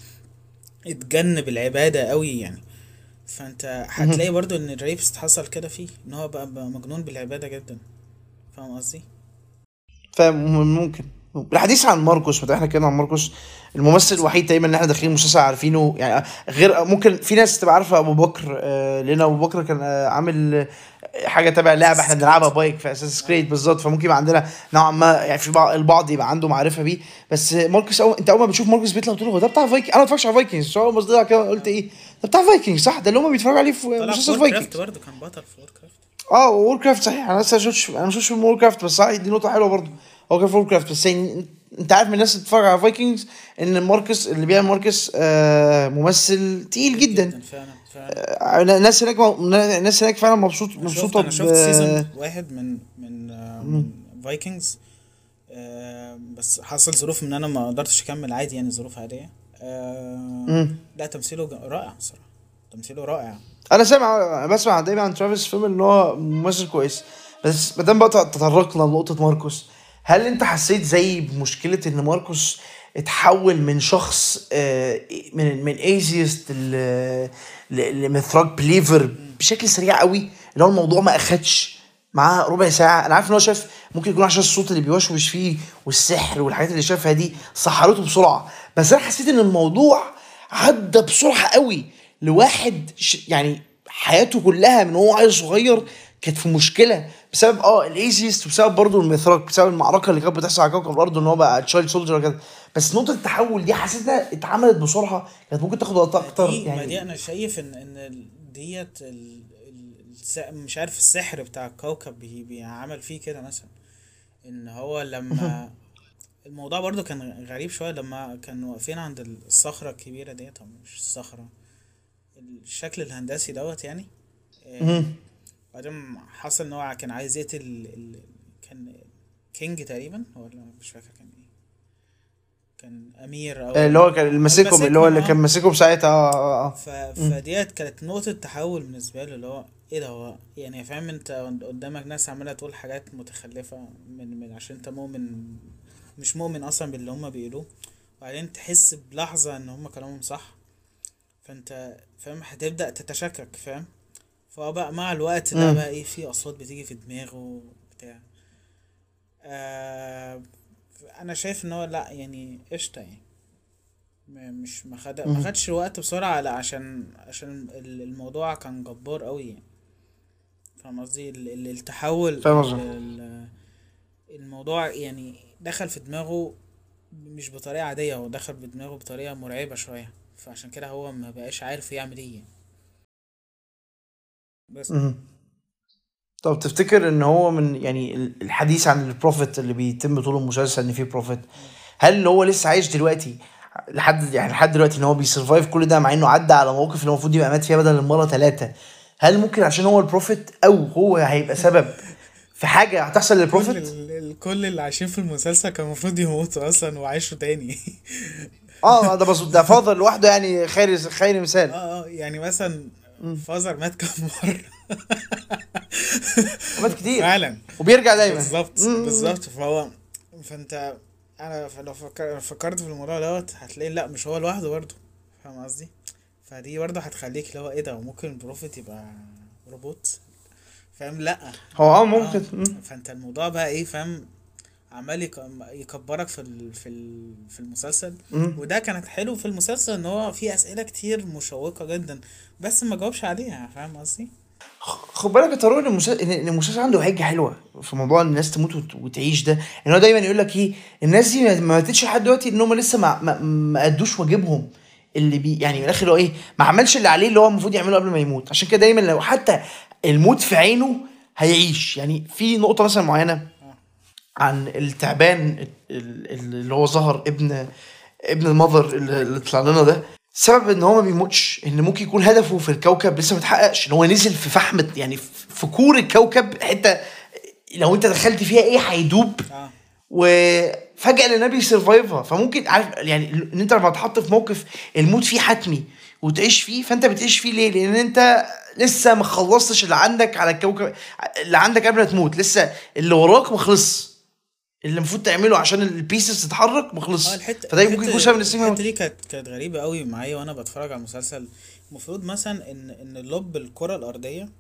اتجنب العباده قوي يعني. فانت مم. هتلاقي برضو ان الريبس حصل كده فيه، ان هو بقى, بقى مجنون بالعبادة جدا. فاهم قصدي؟ فاهم. ممكن. الحديث عن ماركوس، ما احنا كده عن ماركوس، الممثل الوحيد تقريبا اللي احنا داخلين مسلسل عارفينه يعني. غير ممكن في ناس تبقى عارفه ابو بكر، آه، لان ابو بكر كان آه، عامل آه، حاجه تبع لعبه احنا اساس كريد. بنلعبها بايك في اساس اه كريد بالظبط. فممكن يبقى عندنا نوعا ما يعني في بعض البعض يبقى عنده معرفه بيه. بس ماركوس أول انت اول ما بتشوف ماركوس بيطلع تقول هو ده بتاع فايكنج. انا ما اتفرجش على فايكنجز، سواء مصدر كده قلت ايه ده بتاع فايكنج صح، ده اللي هم بيتفرجوا عليه في طلع في مسلسل وور كرافت فايكنجز. برضو، كان بطل في وور كرافت. اه وور كرافت صحيح. انا لسه ما شفتش انا ما شفتش فيلم وور كرافت، بس صحيح دي نقطه حلوه برضه. هو كان في وور كرافت بس يعني انت عارف من الناس اللي بتتفرج على فايكنجز ان ماركس اللي بيعمل ماركس آه ممثل تقيل جميل جدا. جدا فعلا فعلا. آه الناس هناك الناس هناك فعلا مبسوط انا شفت مبسوطه انا ب شفت سيزون واحد من من آه من فايكنجز. آه بس حصل ظروف ان انا ما قدرتش اكمل عادي، يعني ظروف عادية. آه مم. لا تمثيله ج- رائع صراحة، تمثيله رائع. انا سامع بسمع دايما عن ترافيس فيلم ان هو ممثل كويس. بس ما دام بقى تطرقنا لنقطه ماركوس، هل انت حسيت زي بمشكله ان ماركوس اتحول من شخص آه، من من ايزيست لمثراك بليفر مم. بشكل سريع قوي؟ اللي هو الموضوع ما اخدش معاه ربع ساعه. انا عارف ان هو شاف ممكن يكون عشان الصوت اللي بيوشوش فيه والسحر والحاجات اللي شافها دي سحرته بسرعه. بس انا حسيت ان الموضوع عدى بسرعه قوي لواحد ش... يعني حياته كلها من هو عيل صغير كانت في مشكله بسبب اه الايزيست، وبسبب برضه الميثراك، بسبب المعركه اللي كانت بتحصل على كوكب الارض ان هو بقى تشايلد سولجر وكده. بس نقطه التحول دي حسيتها اتعملت بسرعه، كانت ممكن تاخد وقت ما اكتر دي ما دي يعني. انا شايف ان ان ال- ديت ال... ال... الس... مش عارف السحر بتاع الكوكب بي... بيعمل فيه كده مثلا. ان هو لما الموضوع برضو كان غريب شوية لما كانوا واقفين عند الصخرة الكبيرة ديت، أو مش الصخرة، الشكل الهندسي دوت يعني. آه، بعدين حصل ان هو كان عايز يقتل ال... ال... كان كينج تقريبا، ولا مش فاكر كان ايه، كان امير او اللي هو كان اللي اللي ماسكهم، اللي هو ماسكهم اللي كان اه. ماسكهم ساعتها اه اه اه. ف... مم. فديت كانت نقطة تحول بالنسبة له، اللي هو ايه ده، هو يعني فاهم انت قدامك ناس عمالة تقول حاجات متخلفة من من عشان انت مؤمن، مش مؤمن اصلا باللي هما بيقولوه، وبعدين تحس بلحظة ان هما كلامهم صح، فانت فاهم هتبدأ تتشكك، فاهم؟ فهو بقى مع الوقت لا مم. بقى ايه، في اصوات بتيجي في دماغه بتاع. آه انا شايف ان هو لا يعني قشطة يعني، م- مش ما خد ما مم. خدش وقت بسرعة، لا عشان عشان ال- الموضوع كان جبار قوي يعني. فاهم قصدي؟ ال- ال- التحول فاهم ال- قصدك. ال- الموضوع يعني دخل في دماغه مش بطريقة عادية، هو دخل بدماغه بطريقة مرعبة شوية، فعشان كده هو ما بقاش عارف يعمل ايه يعني. بس مم. طب تفتكر ان هو من يعني ال- الحديث عن البروفيت اللي بيتم طول المسلسل ان في بروفيت، مم. هل هو لسه عايش دلوقتي لحد يعني لحد دلوقتي ان هو بيسرفايف كل ده مع انه عدى على مواقف اللي المفروض يبقى مات فيها بدل المره ثلاثه؟ هل ممكن عشان هو البروفيت او هو هيبقى سبب في حاجه هتحصل كل للبروفيت؟ ال... ال- كل اللي عايشين في المسلسل كان المفروض يموتوا اصلا وعايشوا تاني. اه ده بس ده فاضل لوحده يعني خير خير مثال. اه اه يعني مثلا مم. فازر مات كام مرة. ومات كتير فعلا. وبيرجع دايما. بالظبط مم. بالظبط. فهو فانت انا ف- لو فكر... فكرت في الموضوع دوت هتلاقي لا مش هو لوحده برضه، فاهم قصدي؟ فدي برضه هتخليك اللي هو ايه ده، ممكن البروفيت يبقى روبوت، فاهم؟ لا. هو اه ممكن. اه. مم. فانت الموضوع بقى ايه، فاهم؟ عمال يك- يكبرك في ال... في ال... في المسلسل. مم. وده كانت حلو في المسلسل ان هو فيه اسئله كتير مشوقه جدا، بس ما جاوبش عليها، فاهم قصدي؟ خد بالك يا طارق ان المسلسل ان المسلسل عنده حاجه حلوه في موضوع ان الناس تموت وت- وتعيش ده. ان هو دايما يقول لك ايه، الناس دي ما ما ماتتش لحد دلوقتي ان هم لسه ما ما, ما ادوش واجبهم اللي بي يعني من الاخر هو ايه، ما عملش اللي عليه اللي هو المفروض يعمله قبل ما يموت. عشان كده دايما لو حتى الموت في عينه هيعيش. يعني في نقطه مثلا معينه اه عن التعبان ال- ال- اللي هو ظهر ابن ابن المذر اللي اللي طلع لنا ده. سبب ان هو ما بيموتش ان ممكن يكون هدفه في الكوكب لسه ما اتحققش، ان هو نزل في فحمة يعني في كور الكوكب حته لو انت دخلت فيها ايه هيدوب. اه وفجأة النبي سيرفايفها. فممكن عارف يعني ان انت لما تحط في موقف الموت فيه حتمي وتعيش فيه، فانت بتعيش فيه ليه؟ لان انت لسه ما خلصتش اللي عندك على الكوكب، اللي عندك قبل ما تموت لسه اللي وراك ما خلص، اللي المفروض تعمله عشان البيسز تتحرك ما اه خلص. الحته فده ممكن يكون الحته سبب ان السينما الحته يموت. دي كانت كانت غريبه قوي معايا وانا بتفرج على المسلسل. المفروض مثلا ان ان اللب الكره الارضيه،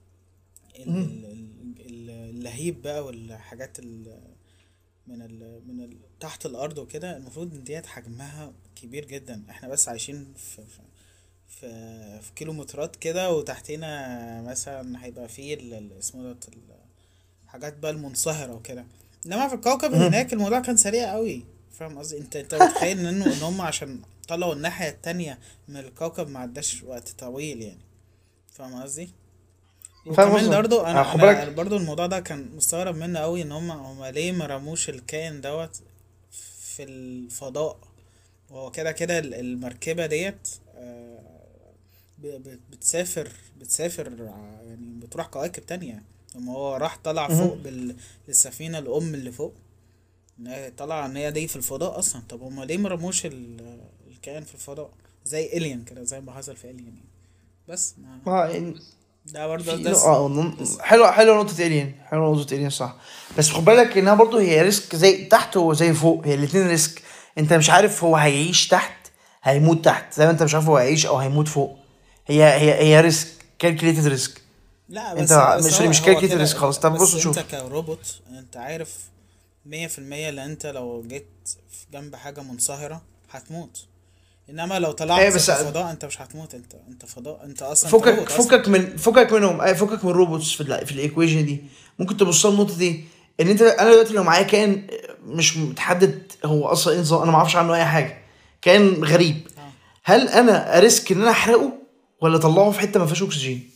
ال- ال- ال- ال- اللهيب بقى والحاجات ال من ال من ال تحت الارض وكده، المفروض ان ديت حجمها كبير جدا. احنا بس عايشين في في في, في كيلومترات كده، وتحتنا مثلا هيبقى فيه ال- ال- اسمه ده الحاجات بقى المنصهرة وكده. انما في الكوكب هناك الموضوع كان سريع قوي. فاهم قصدي؟ انت انت متخيل ان انه ان هم عشان طلعوا الناحية التانية من الكوكب ما عداش وقت طويل يعني. فاهم قصدي؟ فاهم وكمان قصدك. برضو آه، انا خد انا بالك. برضو الموضوع ده كان مستغرب منه قوي، ان هم هم ليه ما رموش الكائن دوت في الفضاء. وهو كده كده ال- المركبة ديت آه، ب- ب- بتسافر بتسافر ع- يعني بتروح كواكب تانية. لما هو راح طلع فوق مهم. بال... بالسفينة الأم اللي فوق، إن هي طلع ان هي دي في الفضاء اصلا. طب هما ليه مرموش ال... الكائن في الفضاء زي إليان كده، زي ما حصل في إليان يعني. بس ما اه يعني ده برضه في ده نق- س... اه نن- بس حلوه حلوه نقطه الين، حلوه نقطه الين صح. بس خد بالك انها برضو هي ريسك زي تحت وزي فوق، هي الاتنين ريسك. انت مش عارف هو هيعيش تحت هيموت تحت زي ما انت مش عارف هو هيعيش او هيموت فوق. هي هي هي ريسك، كالكوليتد ريسك. لا انت بس بس مش هو مش هو كالكوليتد ريسك كده. خلاص. طب بص بس انت شوف. كروبوت انت عارف مية في المية اللي انت لو جيت في جنب حاجة منصهرة هتموت. انما لو ايه طلعت بس في الفضاء انت مش هتموت. انت انت فضاء، انت اصلا انت فكك روبوت اصلا. فكك من فكك منهم اي فكك من الروبوتس في ال في الايكويشن دي. ممكن تبص لها النقطه دي ان انت انا دلوقتي لو معايا كائن مش متحدد هو اصلا ايه نظام، انا ما اعرفش عنه اي حاجه، كائن غريب. اه هل انا اريسك ان انا احرقه ولا اطلعه في حته ما فيهاش اكسجين؟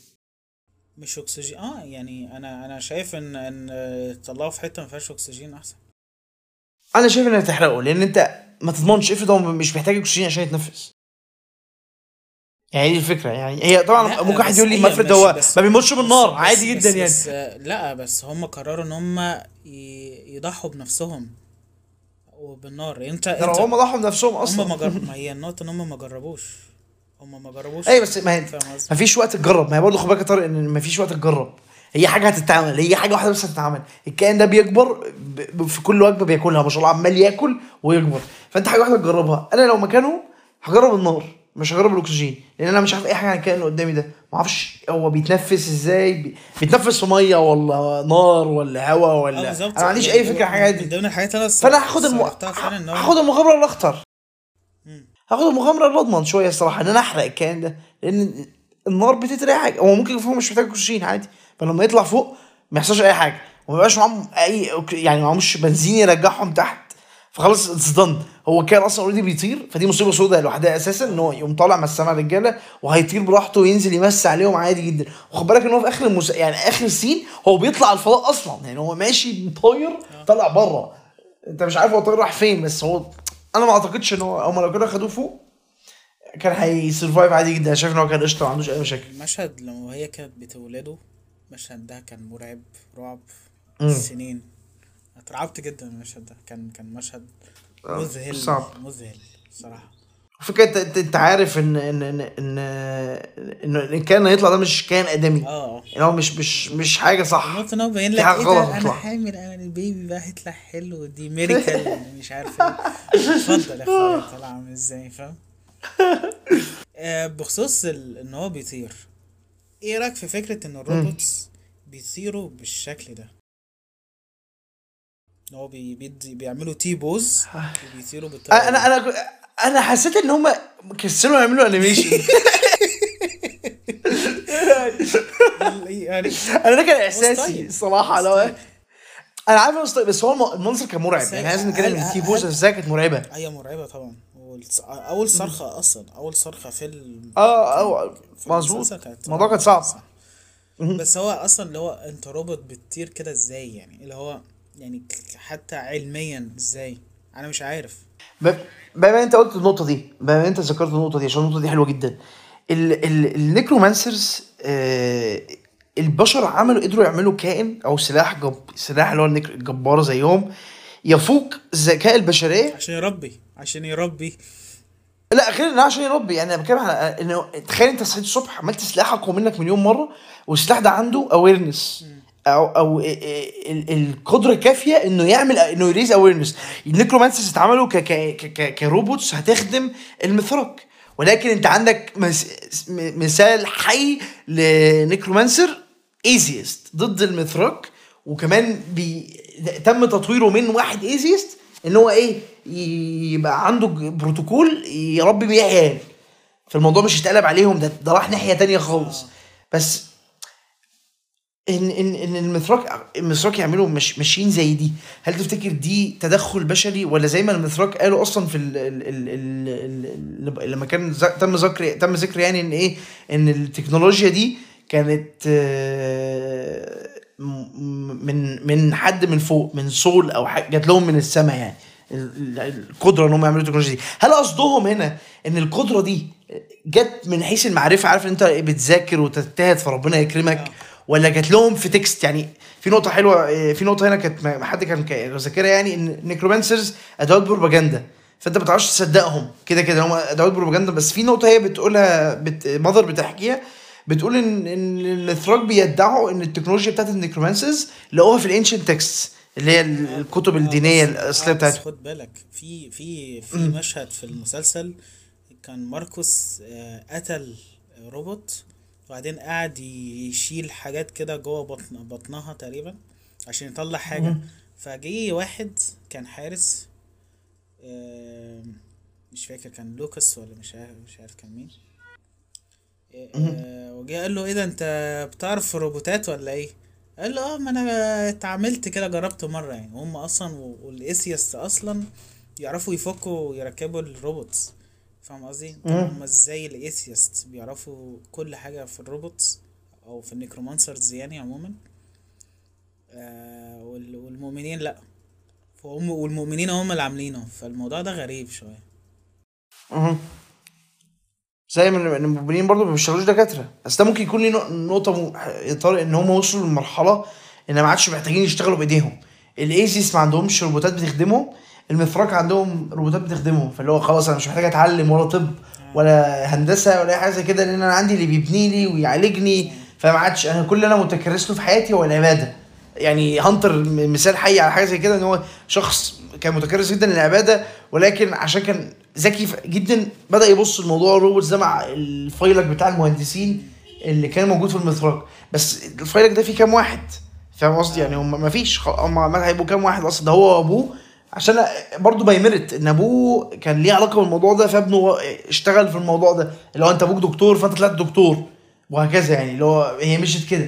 مش اكسجين. اه يعني انا انا شايف ان ان تطلعه في حتة ما فيهاش اكسجين احسن. انا شايف انك تحرقه لان انت ما تضمنش افرض هو مش محتاج اكسجين عشان يتنفس. يعني دي الفكره. يعني هي طبعا لا ممكن واحد بس يقول لي ما هي افرض مش هو بس ما بيموتش بس بالنار بس عادي جدا بس يعني. بس آه، لا بس هم قرروا ان هم ي- يضحوا بنفسهم وبالنار. انت ده لو انت هم ضحوا بنفسهم هم اصلا. ما جر... ما هي النقطة ان هم ما جربوش. هم ما اي جربوش. بس ما هي فاهم قصدي؟ ما فيش وقت تجرب. ما هي برضه خد بالك يا طارق ان ما فيش وقت تجرب. هي حاجه هتتعمل، هي حاجه واحده بس هتتعمل. الكائن ده بيكبر ب... ب... في كل وجبه بياكلها ما شاء الله عمال ياكل ويكبر. فانت حاجه واحده تجربها. انا لو مكانه هجرب النار مش هجرب الاكسجين لان انا مش عارف اي حاجه عن الكائن اللي قدامي ده. ما اعرفش هو بيتنفس ازاي، بي... بيتنفس في ميه ولا نار ولا هواء اه ولا بالظبط. انا ما عنديش اي يعني فكره عن الحاجات من, من دي. ضمن الحاجات اللي انا است- فانا هاخد الم... استغربتها فعلا ان هو هاخد المغامره الاخطر. مم. هاخد المغامره اللي اضمن شويه الصراحه ان انا احرق الكائن ده لان النار بتترعج. هو ممكن يكون مش محتاج اكسجين عادي، فلما يطلع فوق ما يحصلش اي حاجه وما يبقاش معاهم اي أوك- يعني معهمش بنزين يرجعهم تحت. فخلاص اتس دن. هو كان اصلا اوريدي بيطير فدي مصيبه سوداء لوحدها اساسا ان هو يقوم طالع مع السما رجاله وهيطير براحته وينزل يمسي عليهم عادي جدا. وخد بالك ان هو في اخر المس... يعني اخر سين هو بيطلع الفضاء اصلا. يعني هو ماشي طاير اه طلع بره. انت مش عارف هو طاير راح فين بس هو انا ما اعتقدش ان هو هم لو كانوا خدوه فوق كان هيسرفايف عادي جدا. أنا شايف ان هو كان قشطه ما عندوش اي مشاكل. المشهد لما هي كانت بتولده، المشهد ده كان مرعب رعب امم السنين. اترعبت جدا من المشهد ده. كان كان مشهد مش مذهل صعب. مذهل الصراحة. فكرة انت انت انت عارف ان ان ان ان ان ان كان هيطلع ده مش كان ادمي. اه اه يعني هو مش مش مش حاجه صح. والنقطة ان هو باين في لك حاجه ايه غلط ده، انا هتطلع. حامل انا البيبي بقى هيطلع حلو، دي ميريكال مش عارف ايه. اتفضل يا اخويا طلع عامل ازاي. فاهم؟ آه بخصوص ال... ان هو بيطير، ايه رايك في فكرة ان امم الروبوتس بيطيروا بالشكل ده؟ ان هو بي... بيدي... بيعملوا تي بوز وبيطيروا بالطريقة انا دي. انا انا حسيت ان هم كسلوا يعملوا انيميشن. يعني يعني انا ده كان هو احساسي ستايل الصراحه. هو لو ستايل انا عارف إنه ستايل، بس هو الم- المنظر كان مرعب بس يعني. هي- لازم نتكلم هل ان تي بوز هل ازاي كانت مرعبه. هي مرعبة طبعا. والص- أول صرخة أصلا، أول صرخة في ال... اه كان اه في المسلسل مظبوط، كانت الموضوع كان اه صعب. صح. بس هو أصلا اللي هو أنت روبوت بتطير كده ازاي يعني، اللي هو يعني ك- حتى علميا ازاي، أنا مش عارف. ب- بما انت قلت النقطه دي، بما انت ذكرت النقطه دي عشان النقطه دي حلوه جدا. ال ال النيكرومانسرز، آه البشر عملوا قدروا يعملوا كائن او سلاح جب سلاح اللي هو النيك- الجبار زيهم، يفوق ذكاء البشريه. عشان يربي عشان يربي لا غير انه عشان يربي، يعني انا بتكلم على انه تخيل انت صحيت الصبح عملت سلاح اقوى منك مليون مره، والسلاح ده عنده اويرنس مم. او او ال- ال- القدره الكافيه انه يعمل انه يريز اويرنس. النيكرومانسرز اتعملوا ك ك ك ك- كروبوتس هتخدم المثرك، ولكن انت عندك مس م- مثال حي لنيكرومانسر ايزيست ضد المثرك، وكمان بي تم تطويره من واحد ايزيست ان هو ايه يبقى عنده ج- بروتوكول يربي بيه عيال. فالموضوع مش اتقلب عليهم، ده ده راح ناحيه تانية خالص. اه بس ان ان ان المثراك المثراك يعملوا مش ماشيين زي دي، هل تفتكر دي تدخل بشري، ولا زي ما المثراك قالوا اصلا في ال ال ال ال ال لما كان ز- تم ذكر تم ذكر يعني ان ايه ان التكنولوجيا دي كانت آه، م- من من حد من فوق، من سول او حاجه جات لهم من السماء يعني. ال- ال- القدره ان هم يعملوا التكنولوجيا دي، هل قصدهم هنا ان القدره دي جت من حيث المعرفه، عارف ان انت بتذاكر وتجتهد فربنا يكرمك، اه ولا جات لهم في تكست يعني؟ في نقطة حلوة، إيه، في نقطة هنا كانت م- حد كان ك- ذاكرها، يعني ان نيكرومانسرز ادوات بروباجندا، فانت ما بتعرفش تصدقهم كده كده هم ادوات بروباجندا. بس في نقطة هي بتقولها بت... ماذر بتحكيها، بتقول ان ان الثراك بيدعوا ان التكنولوجيا بتاعت النيكرومانسرز لقوها في الانشنت تكست اللي هي اه الكتب اه الدينية بس اه الاصلية بس بتاعتهم. خد بالك في في في مشهد في المسلسل كان ماركوس آه، قتل روبوت، وبعدين قعد يشيل حاجات كده جوه بطن بطنها تقريبا عشان يطلع حاجة. فجي واحد كان حارس، آه، مش فاكر كان لوكاس ولا مش عارف مش عارف كان مين. آه، وجه قال له ايه ده، انت بتعرف في الروبوتات ولا ايه؟ قال له اه ما انا اتعاملت كده جربت مرة يعني. هم اصلا والايسيس اصلا يعرفوا يفكوا ويركبوا الروبوتس. فاهم قصدي؟ طب هم ازاي الايسيست بيعرفوا كل حاجة في الروبوتس او في النيكرومانسرز يعني عموما، آه وال- والمؤمنين لا. فهم والمؤمنين هم اللي عاملينه، فالموضوع ده غريب شوية. مهم. زي ما إن المبرمجين برضه ما بيشتغلوش دكاتره، بس ده ممكن يكون ليه نق- نقطه م... يا طارق، ان هم وصلوا لمرحله ان ما عادش محتاجين يشتغلوا بايديهم. الايزيس ما عندهمش روبوتات بتخدمهم، المفراك عندهم روبوتات بتخدمهم، فاللي هو خلاص انا مش محتاج اتعلم ولا طب اه ولا هندسه ولا اي حاجه زي كده، لان انا عندي اللي بيبني لي ويعالجني. اه فما عادش انا كل اللي انا متكرس له في حياتي هو العباده. يعني هانتر م- مثال حي على حاجه زي كده، ان هو شخص كان متكرس جدا للعباده، ولكن عشان كان ذكي ف- جدا بدا يبص الموضوع الروبوتس ده مع الفايلك بتاع المهندسين اللي كان موجود في المثراق. بس الفايلك ده فيه كام واحد؟ فاهم قصدي؟ يعني اه هم ما فيش خ- هم ما هيبقوا كام واحد اصلا، ده هو وابوه. عشان برضه بيمرت ان ابوه كان ليه علاقه بالموضوع ده، فابنه اشتغل في الموضوع ده، اللي هو انت ابوك دكتور فانت طلعت دكتور، وهكذا يعني. اللي هو هي مشيت كده،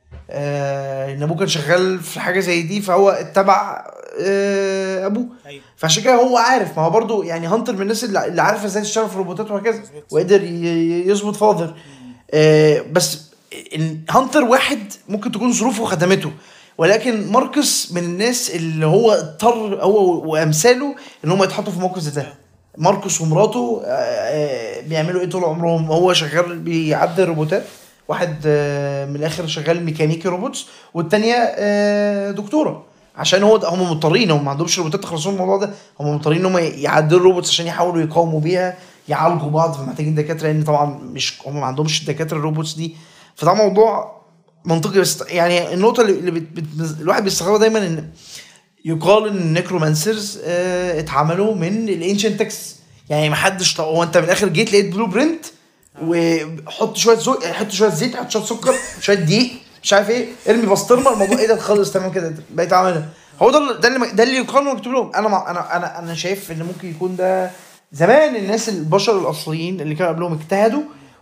آه ان ابوه كان شغال في حاجه زي دي فهو اتبع آه ابوه. ايوه فعشان كده هو عارف، ما هو برضه يعني هانتر من الناس اللي اللي عارفه ازاي تشتغل في الروبوتات وهكذا، مظبوط. وقدر ي- ي- يظبط فاذر. مم. آه بس إن هانتر واحد ممكن تكون ظروفه خدمته، ولكن ماركوس من الناس اللي هو اضطر هو وامثاله ان هم يتحطوا في موقف زي ده. اه ماركوس ومراته آه، آه، بيعملوا ايه طول عمرهم؟ هو شغال بيعدل روبوتات، واحد آه، من الاخر شغال ميكانيكي روبوتس، والتانية آه، دكتورة. عشان هو ده- هم مضطرين، هم ما عندهمش روبوتات تخلصوا من الموضوع ده، هم مضطرين ان هم يعدلوا روبوتس عشان يحاولوا يقاوموا بيها، يعالجوا بعض، فمحتاجين دكاترة، لان طبعا مش هم ما عندهمش الدكاترة الروبوتس دي. فده موضوع منطقي. بس يعني النقطة اللي اللي بت... بت... الواحد بيستغربها دايما ان يقال ان النيكرومانسرز آه اتعملوا من الانشنت تكست. يعني ما حدش طب هو انت من الاخر جيت لقيت بلو برنت اه وحط شويه زو... حط شويه زيت، حط شويه سكر، شويه دقيق، مش عارف ايه، ارمي بسطرمه، الموضوع ايه ده خلص تمام كده بقيت عاملها. هو ده اللي- ده اللي ده اللي يقال مكتوب لهم. انا مع... انا انا انا شايف ان ممكن يكون ده زمان الناس البشر الاصليين اللي كانوا قبلهم اجتهدوا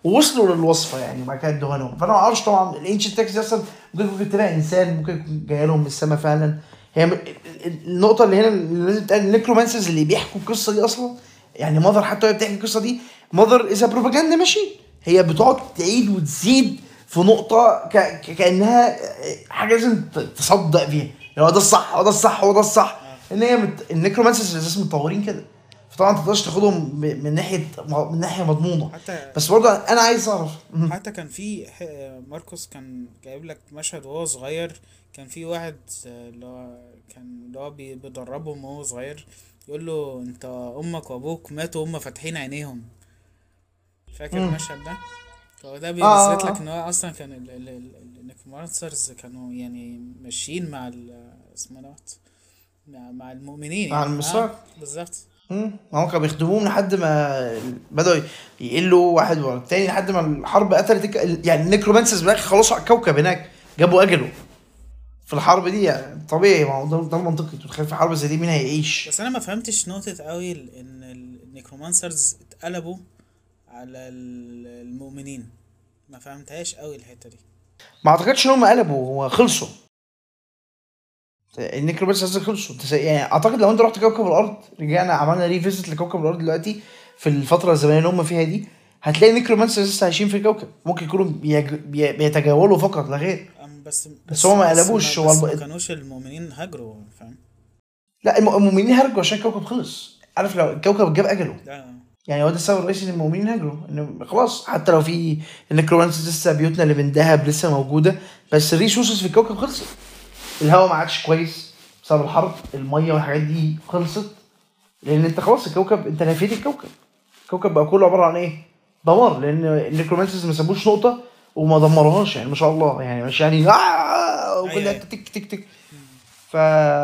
ووصلوا للوصفه يعني بعد كده ادوها. فانا ما اعرفش طبعا الانشنت تكست دي اصلا ممكن ممكن تبقى انسان، ممكن يكون جاي لهم من السما فعلا. هي م- ال- ال- النقطه اللي هنا اللي لازم تتقال، النيكرومانسرز اللي بيحكوا القصه دي اصلا، يعني ماذر حتى وهي بتحكي القصه دي، ماذر اذا بروباجندا ماشين، هي بتقعد تعيد وتزيد في نقطه ك... ك- كانها حاجه لازم ت- تصدق فيها، يعني هو ده الصح، هو ده الصح، هو ده الصح. اه ان هي مت... النيكرومانسرز اساسا متطورين كده، فطبعا ما تقدرش تاخدهم ب- من ناحيه من ناحيه مضمونه. حتى بس برضه انا عايز اعرف. مهم. حتى كان في ح- ماركوس كان جايب لك مشهد وهو صغير، كان في واحد آه، اللي هو كان اللي هو بي- بيدربهم وهو صغير، يقول له انت امك وابوك ماتوا وهم فاتحين عينيهم. فاكر مم. المشهد ده؟ فهو ده اه بيثبت اه لك اه ان هو اصلا كان ال- ال- ال- النيكرومانسرز كانوا يعني ماشيين مع ال- اسمه دوت مع مع المؤمنين مع يعني، اه المصراع. بالظبط. مم. ما هم كانوا بيخدموهم لحد ما بدأوا يقلوا واحد ورا التاني لحد ما الحرب قتلت الك- يعني النيكرومانسرز بالاخر خلصوا على الكوكب هناك، جابوا اجله في الحرب دي. يعني طبيعي، ما هو ده ده المنطقي. تتخيل في حرب زي دي مين هيعيش؟ بس انا ما فهمتش نقطة قوي ال- ان النيكرومانسرز اتقلبوا على ال- المؤمنين، ما فهمتهاش قوي الحتة دي. ما اعتقدش ان هم قلبوا، هو خلصوا. النيكرومانسرز خلصوا. تس- يعني اعتقد لو انت رحت كوكب الارض، رجعنا عملنا ريفيزيت لكوكب الارض دلوقتي في الفتره الزمنيه اللي هم فيها دي، هتلاقي النيكرومانسرز لسه عايشين في الكوكب، ممكن يكونوا بيج... بي... بيتجولوا فقط لا غير. أم بس بس بس هو ما بس ما قلبوش، هو بس ما الب... كانوش المؤمنين هاجروا، فاهم؟ لا الم- المؤمنين هرجوا عشان الكوكب خلص. عارف لو الكوكب جاب اجله، لا يعني هو ده السبب الرئيسي ان المؤمنين هاجروا، ان خلاص حتى لو في النيكرومانسرز لسه بيوتنا اللي من ذهب لسه موجوده، بس الريسورسز في الكوكب خلصت. الهواء ما عادش كويس بسبب الحرب، الميه والحاجات دي خلصت، لان انت خلاص الكوكب انت نفيت الكوكب. الكوكب بقى كله عباره عن ايه؟ دمار، لان النيكرومانسرز ما سابوش نقطه وما دمروهاش، يعني ما شاء الله، يعني مش يعني آه وكل ايوه حته ايوه. تك تك تك. مم. ف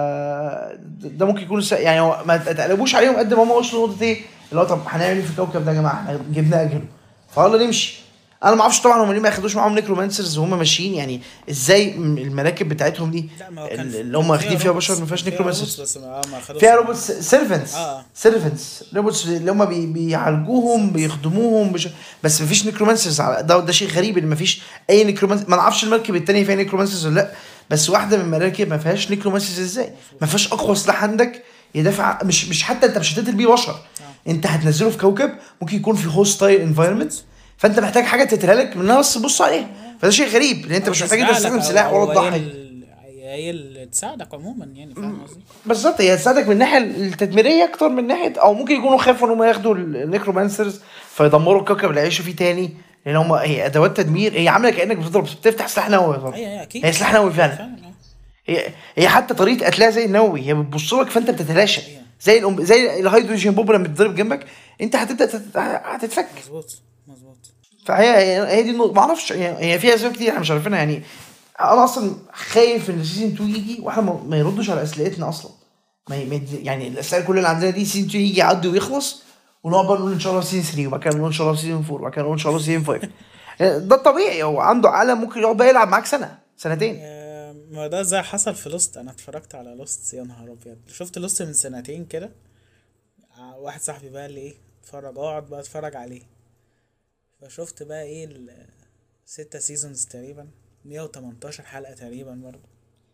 ده ممكن يكون الس- يعني هو ما تقلبوش عليهم قد ما هم وصلوا نقطه ايه اللي هو طب هنعمل ايه في الكوكب ده يا جماعه، احنا جبنا اجله فيلا نمشي. انا ما اعرفش طبعا هم ليه ما ياخدوش معاهم نيكرومانسرز وهم ماشيين، يعني ازاي م- المراكب بتاعتهم دي لا ما هو كان ال- في اللي كان هم فيها واخدين فيها بشر روبوتس، ما كان فيهاش فيها روبوتس نيكرومانسرز. بس ما, آه ما فيها خدوش روبوتس معاهم. سيرفنتس اه اه سيرفنتس روبوتس اللي هم بي بيعالجوهم بالظبط. بيخدموهم بش... بس مفيش نيكرومانسرز. على- ده ده شيء غريب ان مفيش اي نيكرومانسرز. ما نعرفش المركب التانية فيها نيكرومانسرز ولا لا، بس واحده من المراكب ما فيهاش نيكرومانسرز ازاي؟ مظبوط. ما فيهاش اقوى سلاح عندك يدافع، مش مش حتى انت مش هتقتل بيه بشر، اه انت هتنزله في كوكب ممكن يكون في هوستايل انفايرمنت، مظبوط. فانت محتاج حاجه تترها لك منها بس تبص عليها. فده شيء غريب لان انت او مش محتاج انت تسرع لك تستخدم او سلاح ولا او هي تضحي. ال... هي اللي تساعدك عموما يعني، فاهم قصدي؟ بالظبط، هي هتساعدك من الناحيه التدميريه اكتر من ناحيه، او ممكن يكونوا خافوا ان هم ياخدوا النيكرومانسرز فيدمروا الكوكب اللي هيعيشوا فيه تاني، لان هم هي ادوات تدمير. هي عامله كانك بتضرب بتفتح سلاح نووي طبعا. ايوه ايوه هي اكيد. سلاح نووي هي فعلا. فعلا اه. هي هي حتى طريقه قتلها زي النووي، هي بتبص لك فانت بتتلاشى، ايوه زي الأم... زي الهيدروجين بوب لما بتضرب جنبك انت هتبدا تت... هتتفك. مظبوط مظبوط. فهي هي, هي دي النقطه. ما اعرفش، هي, هي فيها اسباب كتير احنا مش عارفينها يعني. انا اصلا خايف ان سيزون اتنين يجي واحنا ما ما يردوش على اسئلتنا اصلا، ما ي- ما يد- يعني الاسئله كل اللي عندنا دي سيزون اتنين يجي يعدي ويخلص، ونقعد بقى نقول ان شاء الله سيزون تلاتة، وبعد كده نقول ان شاء الله سيزون اربعة، وبعد كده نقول ان شاء الله سيزون خمسة. ده الطبيعي، هو عنده عالم ممكن يقعد بقى يلعب معاك سنه سنتين. آه، ما ده زي حصل في لوست. انا اتفرجت على لوست، يا نهار ابيض، شفت لوست من سنتين كده. ع- واحد صاحبي بقى اللي ايه اتفرج، اقعد بقى اتفرج عليه. فشفت بقى ايه ال- ستة سيزونز تقريبا، مية وتمنتاشر حلقة تقريبا برضه.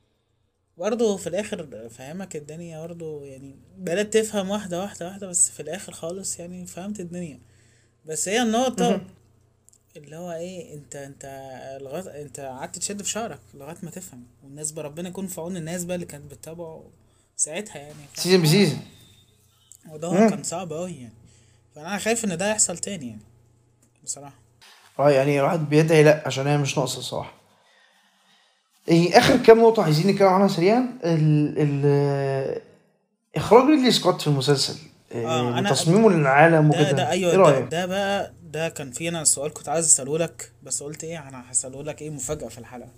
برضه في الاخر فهمك الدنيا برضه يعني، بدأت تفهم واحدة واحدة واحدة، بس في الاخر خالص يعني فهمت الدنيا. بس هي النقطة مهم. اللي هو ايه، انت انت لغايه انت قعدت تشد في شعرك لغايه ما تفهم، والناس بقى ربنا يكون في عون الناس بقى اللي كانت بتتابعه ساعتها يعني، فاهم؟ سيزون بسيزون. وده هو مم. كان صعب قوي يعني. فانا خايف ان ده يحصل تاني يعني، بصراحه. اه يعني الواحد بيدعي لا، عشان هي مش ناقصه الصراحه. ايه اخر كام نقطه عايزين نتكلم عنها سريعا؟ ال ال اخراج ريدلي سكوت في المسلسل، اه إيه انا وتصميمه للعالم ده ده وكده، ايوه، ايه ده رايك؟ ده بقى ده كان في انا سؤال كنت عايز اساله لك، بس قلت ايه انا هساله لك ايه مفاجاه في الحلقه.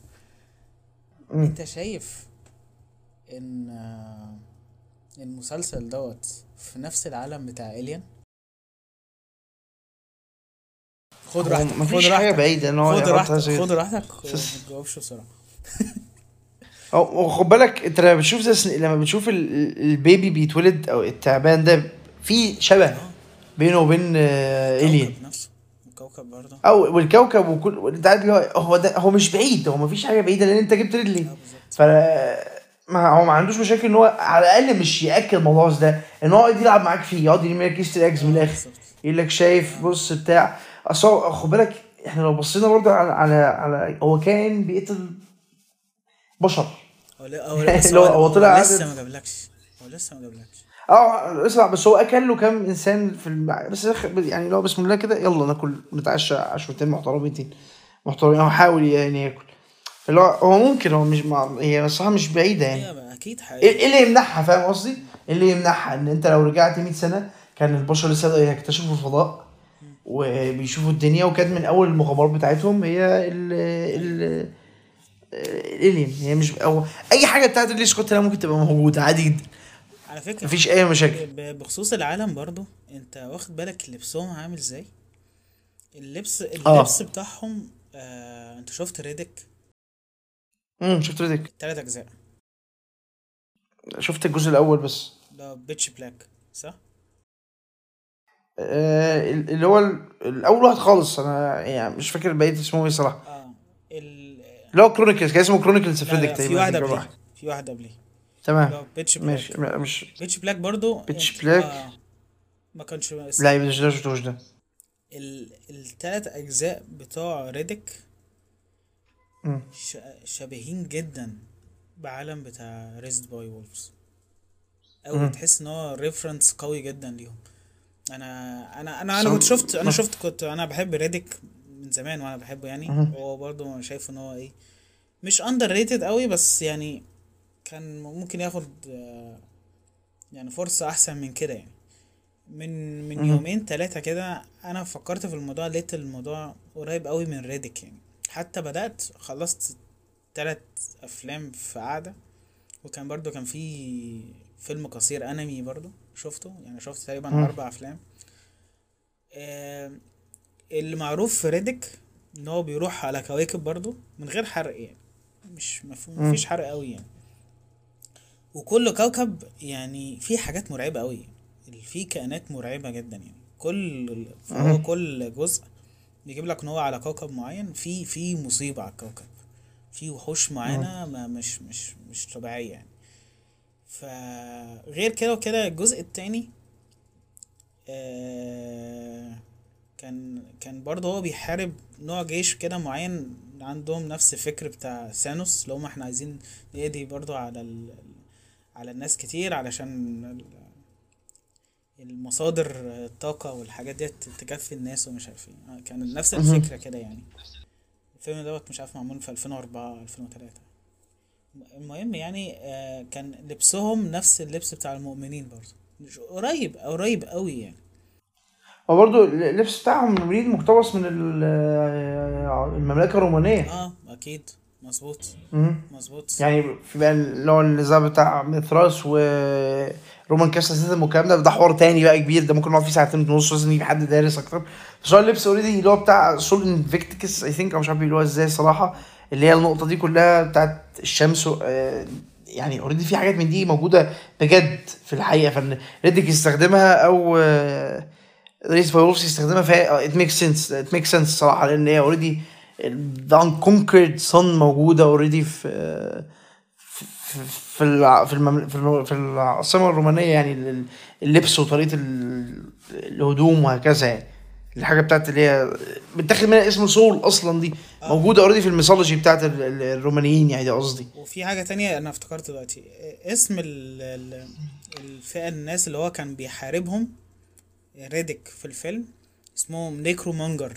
مم. انت شايف ان آه، المسلسل دوت في نفس العالم بتاع الين؟ خد هو راحتك خد مفيش حاجه راحتك بعيده ان هو خد يحط راحتك هذا. خد راحتك وما بس تجاوبش بسرعة. هو خد بالك انت لما بتشوف زي سن- لما بتشوف ال- ال- البيبي بيتولد او التعبان ده، في شبه اه بينه وبين آه، الكوكب الين. نفسه والكوكب برضه. او والكوكب وكل انت عارف اللي هو هو ده هو مش بعيد، هو مفيش حاجه بعيده لان انت جبت ريدلي. اه بالظبط. ف ما هو ما عندوش مشاكل ان هو على الاقل مش ياكل الموضوع ده، ان هو يقعد يلعب معاك فيه، يقعد يرمي لك ايستر اكس من اه الاخر، بالظبط. يقول لك شايف اه بص بتاع. اصل هو خد بالك احنا لو بصينا برضه على على على هو كان بيقتل بشر. هو ل- هو ل- بس اللي هو هو هو هو طلع لسه عادل. ما جابلكش. هو لسه ما جابلكش. اه اسمع، بس هو اكل له كام انسان في الم... بس يعني لو بسم الله كده يلا ناكل نتعشى عشوتين محترمين محترمين، هو حاول يعني ياكل. اللي هو هو ممكن هو مش مع... هي الصراحه مش بعيده يعني. ايوه ما اكيد ايه حقيقي. إيه اللي يمنعها؟ فاهم قصدي؟ ايه اللي يمنعها ان انت لو رجعت مية سنه كان البشر لسه بدأوا يكتشفوا الفضاء مم. وبيشوفوا الدنيا، وكانت من اول المغامرات بتاعتهم هي ال ايوه. ال الالين. هي مش أو اي حاجه بتاعت اللي سكوت ممكن تبقى موجوده عادي جدا، على فكرة، مفيش اي ب- مشاكل. ب- بخصوص العالم برضو، انت واخد بالك لبسهم عامل ازاي؟ اللبس اللبس اه بتاعهم. آه انت شفت ريدك؟ امم شفت ريدك. التلات اجزاء. شفت الجزء الاول بس. ده بيتش بلاك صح؟ آه اللي هو ال- الاول واحد خالص، انا يعني مش فاكر بقيت اسمه ايه صراحه. اه ال اللي هو كرونيكلز، كان اسمه كرونيكلز لا فريدك لا، في تقريبا، كان واحدة اول قبليه. واحد. في واحدة قبليه. تمام لا بيتش ماشي بلاك. م- مش بيتش بلاك برضو بيتش انت بلاك. اه ما كانش اس- لا يبقى مش ده، شفتوش ده. ال... التلات اجزاء بتوع ريدك مم. ش... شبيهين جدا بعالم بتاع ريزد باي وولفز قوي، مم. تحس ان هو ريفرنس قوي جدا ليهم. انا انا انا انا كنت صم... شفت انا شفت كنت انا بحب ريدك من زمان وانا بحبه يعني. مم. هو برضه شايف ان هو ايه، مش اندر ريتد قوي، بس يعني كان ممكن ياخد آه، يعني فرصة احسن من كده يعني. من من مم. يومين ثلاثة كده انا فكرت في الموضوع، لقيت الموضوع قريب قوي من ريدك يعني. حتى بدأت خلصت تلات افلام في قعدة. وكان برضو كان في فيلم قصير انمي برضو شفته، يعني شفت تقريبا مم. اربع افلام. آه، اللي معروف في ريدك ان هو بيروح على كواكب برضو من غير حرق يعني، مش مفهوم مم. مفيش حرق قوي يعني. وكل كوكب يعني فيه حاجات مرعبة قوي، فيه كائنات مرعبة جدا يعني. كل فهو مم. كل جزء بيجيب لك ان هو على كوكب معين في في مصيبة على الكوكب، في وحوش مم. معينة ما مش مش مش طبيعية يعني. فغير كده وكده الجزء التاني آه كان كان برضه هو بيحارب نوع جيش كده معين، عندهم نفس الفكر بتاع سانوس، اللي هم احنا عايزين نقضي برضه على ال... على الناس كتير علشان ال- المصادر الطاقة والحاجات دي تكفي الناس ومش عارف ايه. آه، كان نفس مم. الفكرة كده يعني. الفيلم دوت مش عارف معمول في ألفين وأربعة ألفين وتلاتة. المهم يعني آه كان لبسهم نفس اللبس بتاع المؤمنين برضه، مش قريب قريب قوي يعني. هو برضو اللبس بتاعهم مريد مقتبس من ال- آه، المملكه الرومانيه. اه اكيد. مظبوط. مم. مظبوط. يعني في بقى اللي هو النظام بتاع ميثراس ورومان كاس سيستم والكلام ده، ده حوار تاني بقى كبير، ده ممكن نقعد فيه ساعتين ونص، لازم يجي حد دارس اكتر. بس هو اللبس اوريدي اللي هو بتاع سول انفكتيكس اي ثينك، او مش عارف بيقولوها ازاي الصراحه، اللي هي النقطه دي كلها بتاعت الشمس و- آه، يعني اوريدي في حاجات من دي موجوده بجد في الحقيقه، فان ريديك يستخدمها او آه، ريس بايولوجي يستخدمها فيها ات ميك سنس ات ميك سنس صراحه، لان هي اوريدي ذا انكونكرد صن موجوده اوريدي في في في الع- في الممل... في الم- في العاصمه الرومانيه يعني، ال- اللبس وطريقه ال- الهدوم وهكذا يعني. الحاجه بتاعت اللي هي بتاخد منها اسم سول اصلا دي اه موجوده اوريدي في الميثولوجي بتاعت ال- ال- الرومانيين يعني، ده قصدي. وفي حاجة تانية انا افتكرت دلوقتي، اسم ال ال الفئة الناس اللي هو كان بيحاربهم ريديك في الفيلم اسمهم نيكرو مانجر.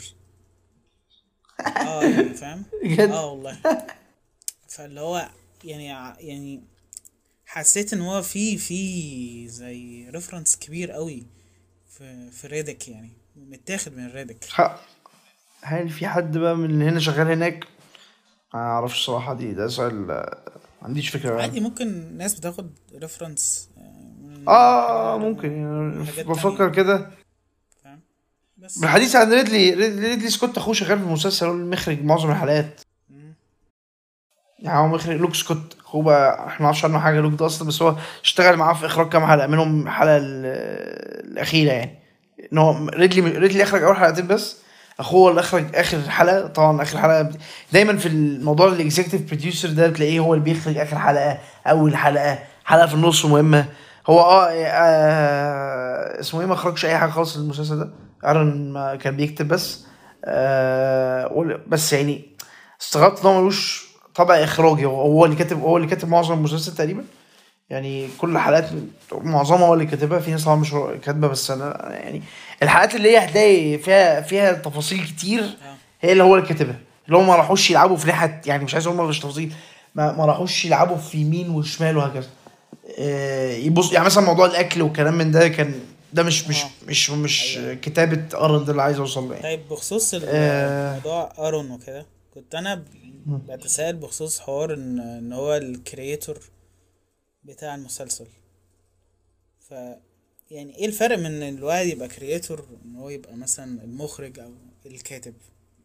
اه يعني فاهم. بجد. اه والله. فاللي هو يعني ع- يعني حسيت ان هو في في زي ريفرنس كبير قوي في في ريدك يعني، متاخد من ريدك. ح- هل في حد بقى من اللي هنا شغال هناك؟ ما اعرفش صراحه، دي ده سؤال آه، ما عنديش فكره يعني. عادي ممكن ناس بتاخد ريفرنس من اه حاجة ممكن من يعني، حاجات تانية. بفكر كده. فاهم. بس. بالحديث عن ريدلي ريد- ريدلي سكوت اخوه شغال في المسلسل، هو المخرج معظم الحلقات. مم. يعني هو مخرج لوك سكوت اخوه بقى، احنا ما نعرفش عنه حاجه لوك ده اصلا، بس هو اشتغل معاه في اخراج كام حلقه منهم الحلقه ال- الاخيره يعني. ان هو ريدلي ريدلي اخرج اول حلقتين بس، اخوه اللي اخرج اخر حلقه. طبعا اخر حلقه دايما في الموضوع الاكزيكتيف بروديوسر ده بتلاقيه هو اللي بيخرج اخر حلقه، اول حلقه، حلقه في النص مهمه. هو اه, آه اسمه ايه، ما خرجش اي حاجه خالص المسلسل ده. ارن ما كان بيكتب بس. آه بس يعني استغربت ان هو ملوش طبع اخراجي. هو هو اللي كاتب هو اللي كاتب معظم المسلسل تقريبا. يعني كل الحلقات معظمها هو اللي كاتبها، في ناس طبعا مش كاتبه، بس انا يعني الحلقات اللي هي هدايا فيها فيها تفاصيل كتير اه هي اللي هو اللي كاتبها. اللي هم ما راحوش يلعبوا في ناحيه، يعني مش عايز اقول ما فيش تفاصيل، ما, ما راحوش يلعبوا في يمين وشمال وهكذا. آه، يبص يعني مثلا موضوع الاكل والكلام من ده كان ده مش مش اه مش مش ايوه ايوه. كتابه ارن ده اللي عايز اوصل له يعني. طيب بخصوص آه، الموضوع ارون وكده، كنت انا ب- بتساءل بخصوص حوار ان ان هو الكرييتور بتاع المسلسل. ف يعني ايه الفرق من ان الواحد يبقى كرييتور ان هو يبقى مثلا المخرج او الكاتب؟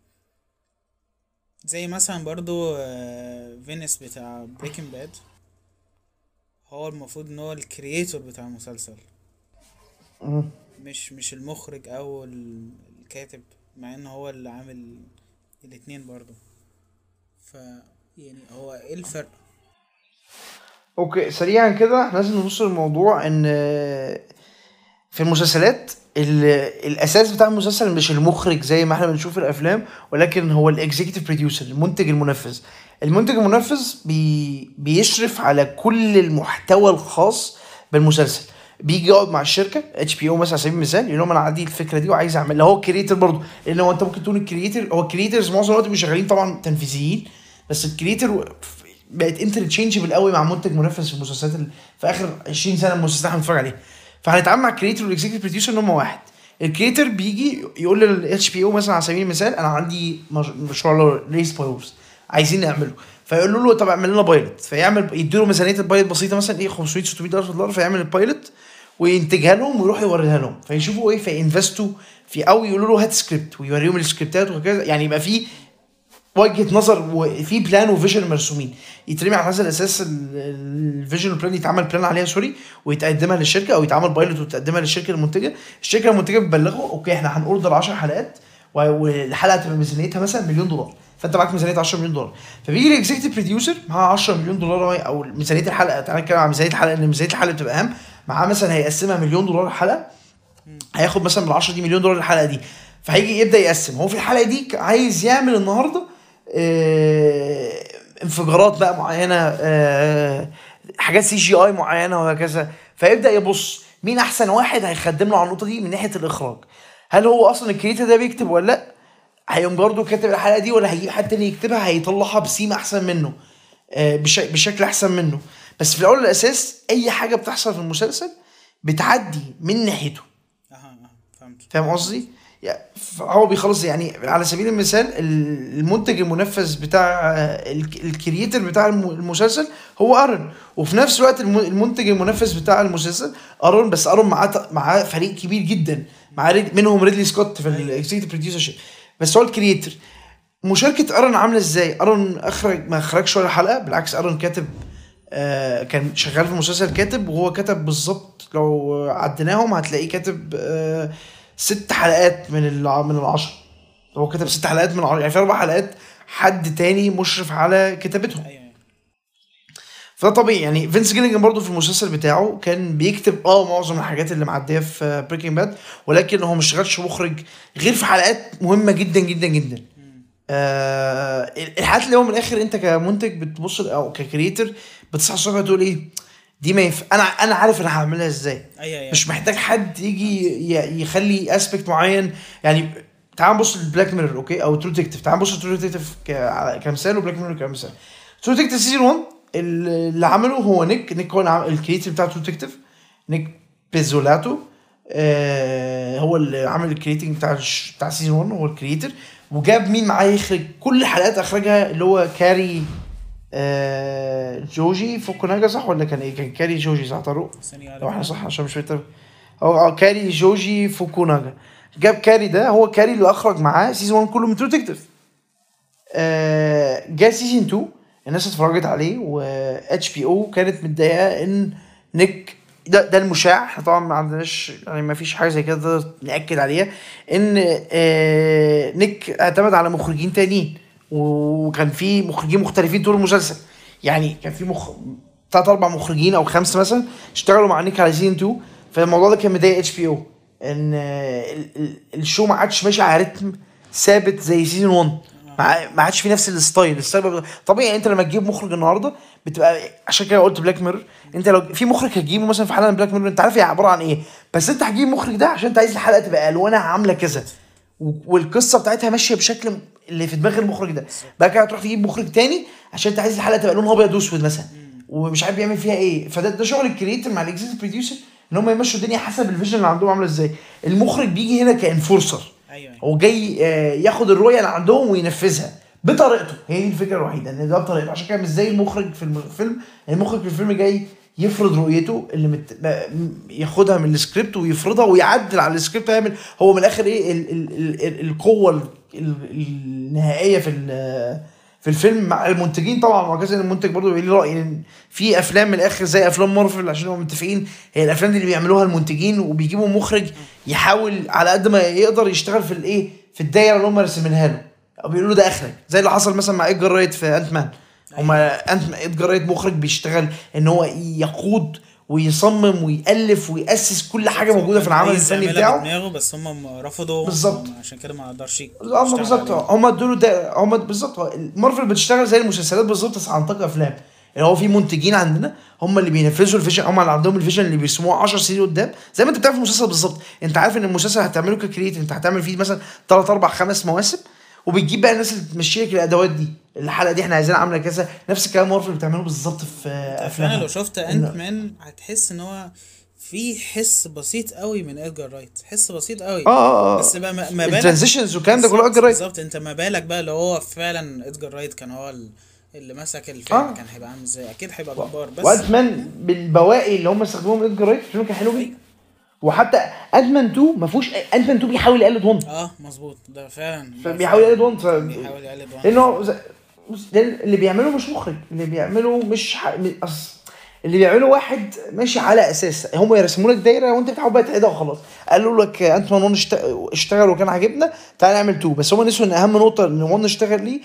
زي مثلا برضو آه، فينيس بتاع بريكنج باد، هو المفروض ان هو الكرييتور بتاع المسلسل، مش مش المخرج او ال- الكاتب، مع ان هو اللي عامل الاتنين برضو. ف يعني هو ايه الفرق؟ اوكي سريعا كده احنا لازم نبص للموضوع ان في المسلسلات الاساس بتاع المسلسل مش المخرج زي ما احنا بنشوف في الافلام، ولكن هو الاكزيكتيف بروديوسر، المنتج المنفذ. المنتج المنفذ بي بيشرف على كل المحتوى الخاص بالمسلسل. بيجي يقعد مع الشركه اتش بي او مثلا على سبيل المثال، يقول لهم انا عندي الفكره دي وعايز اعملها. هو كريتور برضه، لان هو انت ممكن تقول الكريتور، هو الكريتورز معظم الوقت مش شغالين طبعا تنفيذيين، بس الكريتور بقت انترتشينجبل قوي مع منتج منفذ في المسلسلات ال- في اخر عشرين سنه المسلسلات اللي احنا بنتفرج عليها. فهنتعامل مع الكريتور والاكزيكتيف بروديوسر ان هم واحد. الكريتور بيجي يقول للاتش بي او مثلا على سبيل المثال انا عندي مش- مشروع ريس باورز عايزين نعمله. فيقول له طب اعمل لنا بايلوت، فيعمل يديله ميزانيه البايلوت بسيطه مثلا ايه خمسمية ستمية دولار في الدولار، فيعمل البايلوت وينتجها لهم ويروح يوريها لهم فيشوفوا ايه فينفستوا في، او يقولوا له هات سكريبت ويوريهم السكريبتات وكذا. يعني يبقى في وجهه نظر وفي بلان وفيجن مرسومين، يترمي على هذا الاساس الفيجن بلان، يتعمل بلان عليها سوري ويتقدمها للشركه، او يتعمل بايلوت وتقدمها للشركه المنتجه. الشركه المنتجه بتبلغه اوكي احنا هنوردر عشر حلقات والحلقه تبقى ميزانيتها مثلا مليون دولار، فانت معاك ميزانيه عشرة مليون دولار. فبيجي الاكزيكتيف بروديوسر معاه عشرة مليون دولار او ميزانيه الحلقه، تعالى نتكلم عن ميزانيه الحلقه لان ميزانيه الحلقه بتبقى اهم. معاه مثلا هيقسمها مليون دولار الحلقه، مم. هياخد مثلا من عشرة دي مليون دولار الحلقه دي. فهيجي يبدا يقسم هو في الحلقه دي عايز يعمل النهارده آه، انفجارات بقى معينه، آه، حاجات سي جي اي معينه وهكذا. فيبدا يبص مين احسن واحد هيخدم له على النقطه دي من ناحيه الاخراج. هل هو اصلا الكريتور ده بيكتب ولا لا؟ هيقوم برضه كاتب الحلقه دي، ولا هيجيب حد تاني يكتبها هيطلعها بسيم احسن منه، آه، بش- بشكل احسن منه. بس في الاول والاساس اي حاجه بتحصل في المسلسل بتعدي من ناحيته. اها اها فهمت. فاهم قصدي؟ يعني هو بيخلص يعني على سبيل المثال المنتج المنفذ بتاع الك- الكرييتر بتاع الم- المسلسل هو ارون، وفي نفس الوقت الم- المنتج المنفذ بتاع المسلسل ارون، بس ارون معاه معاه فريق كبير جدا، معاه ريد- منهم ريدلي سكوت في ايوه الاكزيكتيف بروديوسر شيب، بس هو الكرييتر. مشاركة ارون عاملة ازاي؟ ارون اخرج ما اخرجش ولا حلقة، بالعكس ارون كاتب، آه كان شغال في المسلسل كاتب، وهو كتب بالظبط لو عديناهم هتلاقيه كاتب آه ست حلقات من الع- من العشر. هو كتب ست حلقات من العشر، يعني في اربع حلقات حد تاني مشرف على كتابتهم. ايوه ايوه. فده طبيعي. يعني فينس جيليجان برضو في المسلسل بتاعه كان بيكتب اه معظم الحاجات اللي معديه في بريكنج باد، ولكن هو مش شغالش مخرج غير في حلقات مهمه جدا جدا جدا. مم. آه الحاجات اللي هو من الاخر انت كمنتج بتبص او ككريتر بتصحى الصبح تقول ايه دي ما ينفع، انا انا عارف انا هعملها ازاي، ايوه ايوه مش فهمت محتاج حد يجي فهمت. ي- يخلي اسبكت معين. يعني تعال نبص للبلاك ميرور اوكي او ترو ديتكتيف، تعال نبص لترو ديتكتيف كمثال وبلاك ميرور كمثال. ترو ديتكتيف سيزون واحد اللي عمله هو نيك نيك هو الكريتيف بتاع ترو ديتكتيف، نيك بيزولاتو. آه هو اللي عمل الكريتنج بتاع الش- بتاع سيزون واحد، هو الكريتور. وجاب مين معاه يخرج كل الحلقات، اخرجها اللي هو كاري آه جوجي فوكوناجا، صح ولا كان ايه؟ كان كاري جوجي صح طارق؟ ثانية واحدة لو احنا كده. صح عشان مش فاكر. هو اه كاري جوجي فوكوناجا. جاب كاري ده، هو كاري اللي اخرج معاه سيزون واحد كله من ترو ديتكتيف. آه جا سيزون اتنين الناس اتفرجت عليه و اتش بي او كانت متضايقه ان نيك ده ده المشاع. احنا طبعا ما عندناش يعني ما فيش حاجه زي كده نقدر ناكد عليها ان آه نيك اعتمد على مخرجين تانيين، وكان في مخرجين مختلفين طول المسلسل. يعني كان في مخ... تلات اربع مخرجين او خمسه مثلا اشتغلوا مع نيك على سيزون اتنين. فالموضوع ده كان مضايق اتش بي او ان آه، ال- ال- الشو ما عادش ماشي على رتم ثابت زي سيزون واحد. ما ما عادش في نفس الستايل. الستايل بقى- طبيعي انت لما تجيب مخرج النهارده بتبقى عشان كده قلت بلاك ميرور. انت لو في مخرج هتجيبه مثلا في حلقه من بلاك ميرور انت عارف هي عباره عن ايه، بس انت هتجيب المخرج ده عشان انت عايز الحلقه تبقى الوانها عامله كذا و- والقصه بتاعتها ماشيه بشكل اللي في دماغ المخرج ده. بقى كده تروح تجيب مخرج تاني عشان انت عايز الحلقه تبقى لونها ابيض واسود مثلا ومش عارف يعمل فيها ايه. فده ده شغل الكريتور مع الاكزيكتيف بروديوسر ان هم يمشوا الدنيا حسب الفيجن اللي عندهم عامله ازاي. المخرج بيجي هنا كانفورسر، ايوه ايوه هو جاي آه، ياخد الرؤيه اللي عندهم وينفذها بطريقته. هي دي الفكره الوحيده ان ده بطريقته. عشان كده مش زي المخرج في الم- الفيلم. المخرج في الفيلم جاي يفرض رؤيته اللي مت... م- ياخدها من السكريبت ويفرضها ويعدل على السكريبت. يعمل هو من الاخر ايه ال... ال... ال... ال... القوه ال... ال... النهائيه في ال... في الفيلم مع المنتجين طبعا. وكذا المنتج برضه بيقول لي راي ان في افلام من الاخر زي افلام مارفل عشان هم متفقين هي الافلام دي اللي بيعملوها المنتجين وبيجيبوا مخرج يحاول على قد ما يقدر يشتغل في الايه في الدايره اللي هم راسمينها له او بيقولوا ده اخرك. زي اللي حصل مثلا مع ادجار رايت في انت مان. هما انت ادجار رايت مخرج بيشتغل ان هو يقود ويصمم ويالف وياسس كل حاجه موجوده في العمل عايز الفني يعملها بتاعه. بدماغه بس هم رفضوا بالظبط. عشان كده ما قدرش يك- هم يشتغل بالظبط عليه. هم ادوا ده هم بالظبط. مارفل بتشتغل زي المسلسلات بالظبط بس عن طريق افلام. يعني هو في منتجين عندنا هم اللي بينفذوا الفيجن. هم اللي عندهم الفيجن اللي بيرسموه عشر سنين قدام. زي ما انت بتعرف المسلسل بالظبط. انت عارف ان المسلسل هتعمله ككريت انت هتعمل فيه مثلا ثلاثة أربعة خمس مواسم وبتجيب بقى الناس اللي تمشي لك الادوات دي. الحلقه دي احنا عايزينها عامله كذا. نفس الكلام مارفل بتعمله بالظبط في فانا افلامها. لو شفت انت مان هتحس ان هو في حس بسيط قوي من ادجار رايت، حس بسيط قوي. اه اه بس بقى ما ما بالك الترانزيشنز والكلام ده كله بالظبط ادجار رايت. بالظبط. انت ما بالك بقى لو هو فعلا ادجار رايت كان هو ال- اللي مسك الفيلم اه كان هيبقى عامل ازاي؟ اكيد هيبقى جبار. بس وادمان بالبواقي اللي هم استخدموهم ادجار رايت الفيلم كان حلو جدا. وحتى ادمان اتنين ما فيهوش ادمان اتنين بيحاول يقلد واحد. اه مظبوط ده فعلا ده فبيحاول فعلا يقلد واحد ف... بيحاول يقلد واحد. لانه ز- بص، ده اللي بيعمله مش مخرج. اللي بيعمله مش ح... م- أص... اللي بيعمله واحد ماشي على اساس هم يرسموا لك دايره وانت بتحاول بقى تعيدها وخلاص. قالوا لك انت مان اشت... اشتغل وكان عاجبنا تعال نعمل اتنين. بس هم نسوا ان اهم نقطه ان واحد اشتغل ليه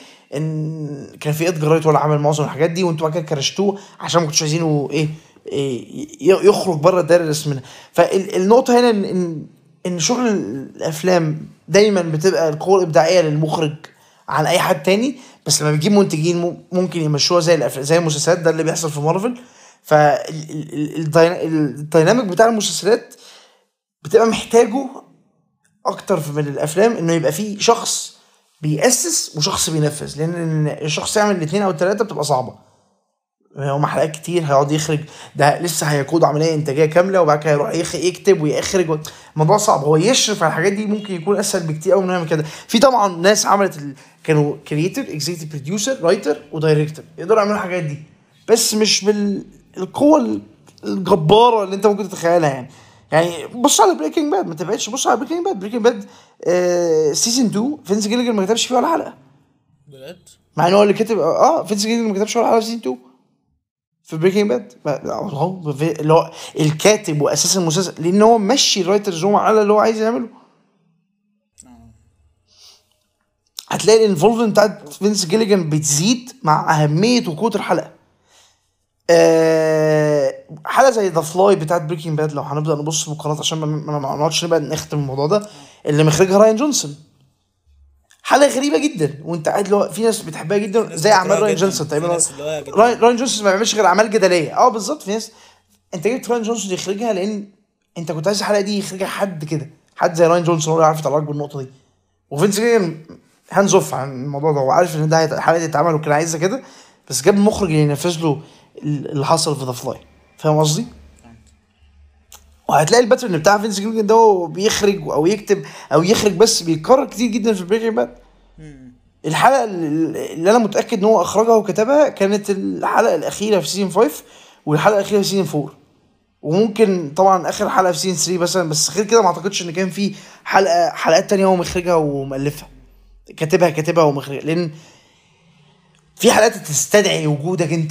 ان كان في ادجار رايت ولا عمل معظم الحاجات دي وانتوا بعد كده كرشتوه عشان ما كنتوش عايزينه ايه, إيه ي- يخرج بره الدايره الرسميه. فالنقطه هنا ان ان ان شغل الافلام دايما بتبقى القوه الابداعيه للمخرج عن اي حد تاني. بس لما بيجيب منتجين مم- ممكن يمشوها زي الأفلام زي المسلسلات. ده اللي بيحصل في مارفل. فالديناميك بتاع المسلسلات بتبقى محتاجه اكتر في- من الافلام انه يبقى فيه شخص بيأسس وشخص بينفذ. لان الشخص يعمل الاثنين او الثلاثه بتبقى صعبه. هم حلقات كتير هيقعد يخرج ده لسه هيقود عمليه انتاجيه كامله وبعد كده هيروح يخ- يكتب ويخرج و- الموضوع صعب. هو يشرف على الحاجات دي ممكن يكون اسهل بكتير قوي انه يعمل كده. في طبعا ناس عملت ال... كانوا كرييتور اكزيكتيف بروديوسر رايتر ودايركتور يقدروا يعملوا الحاجات دي بس مش بالقوه ال- الجباره اللي انت ممكن تتخيلها. يعني يعني بص على بريكنج باد. ما تبعدش بص على بريكنج باد. بريكنج باد آه سيزون اتنين فينس جيليجان ما كتبش فيه ولا حلقه. بجد مع ان هو اللي كتب اه فينس جيليجان ما كتبش ولا حلقه في سيزون اتنين في بريكنج باد. هو اللي هو الكاتب واساس المسلسل لان هو ماشي الرايترز هو على اللي هو عايز يعمله. هتلاقي الانفولفمنت بتاعت فينس جيليجان بتزيد مع اهميه وقوه الحلقه. أه حلقه زي ذا فلاي بتاعت بريكنج باد لو هنبدا نبص مقارنات عشان ما ما ما نقعدش نبقى نختم الموضوع ده اللي مخرجها راين جونسون. حلقه غريبه جدا وانت قاعد لو في ناس بتحبها جدا زي اعمال راين جونسون تقريبا. راين راين جونسون ما بيعملش غير اعمال جدليه. اه بالظبط. في ناس انت جبت راين جونسون يخرجها لان انت كنت عايز الحلقه دي يخرجها حد كده حد زي راين جونسون هو اللي عارف يطلعك بالنقطه دي. وفينس جيليجان هاندز اوف عن الموضوع ده. هو عارف ان ده هيت- الحلقه دي تتعمل وكان عايزها كده بس جاب المخرج اللي ينفذ له اللي حصل في ذا فلاي. فاهم قصدي؟ وهتلاقي الباترن بتاع فينس جيليجان ده هو بيخرج او يكتب او يخرج بس بيتكرر كتير جدا في بريكنج باد. الحلقه اللي انا متاكد ان هو اخرجها وكتبها كانت الحلقه الاخيره في سيزون خمسة والحلقه الاخيره في سيزون أربعة. وممكن طبعا اخر حلقه في سيزون ثلاثة مثلا. بس غير كده ما اعتقدش ان كان في حلقه حلقات تانية هو مخرجها ومؤلفها كاتبها كاتبها ومخرجها. لان في حلقات تستدعي وجودك انت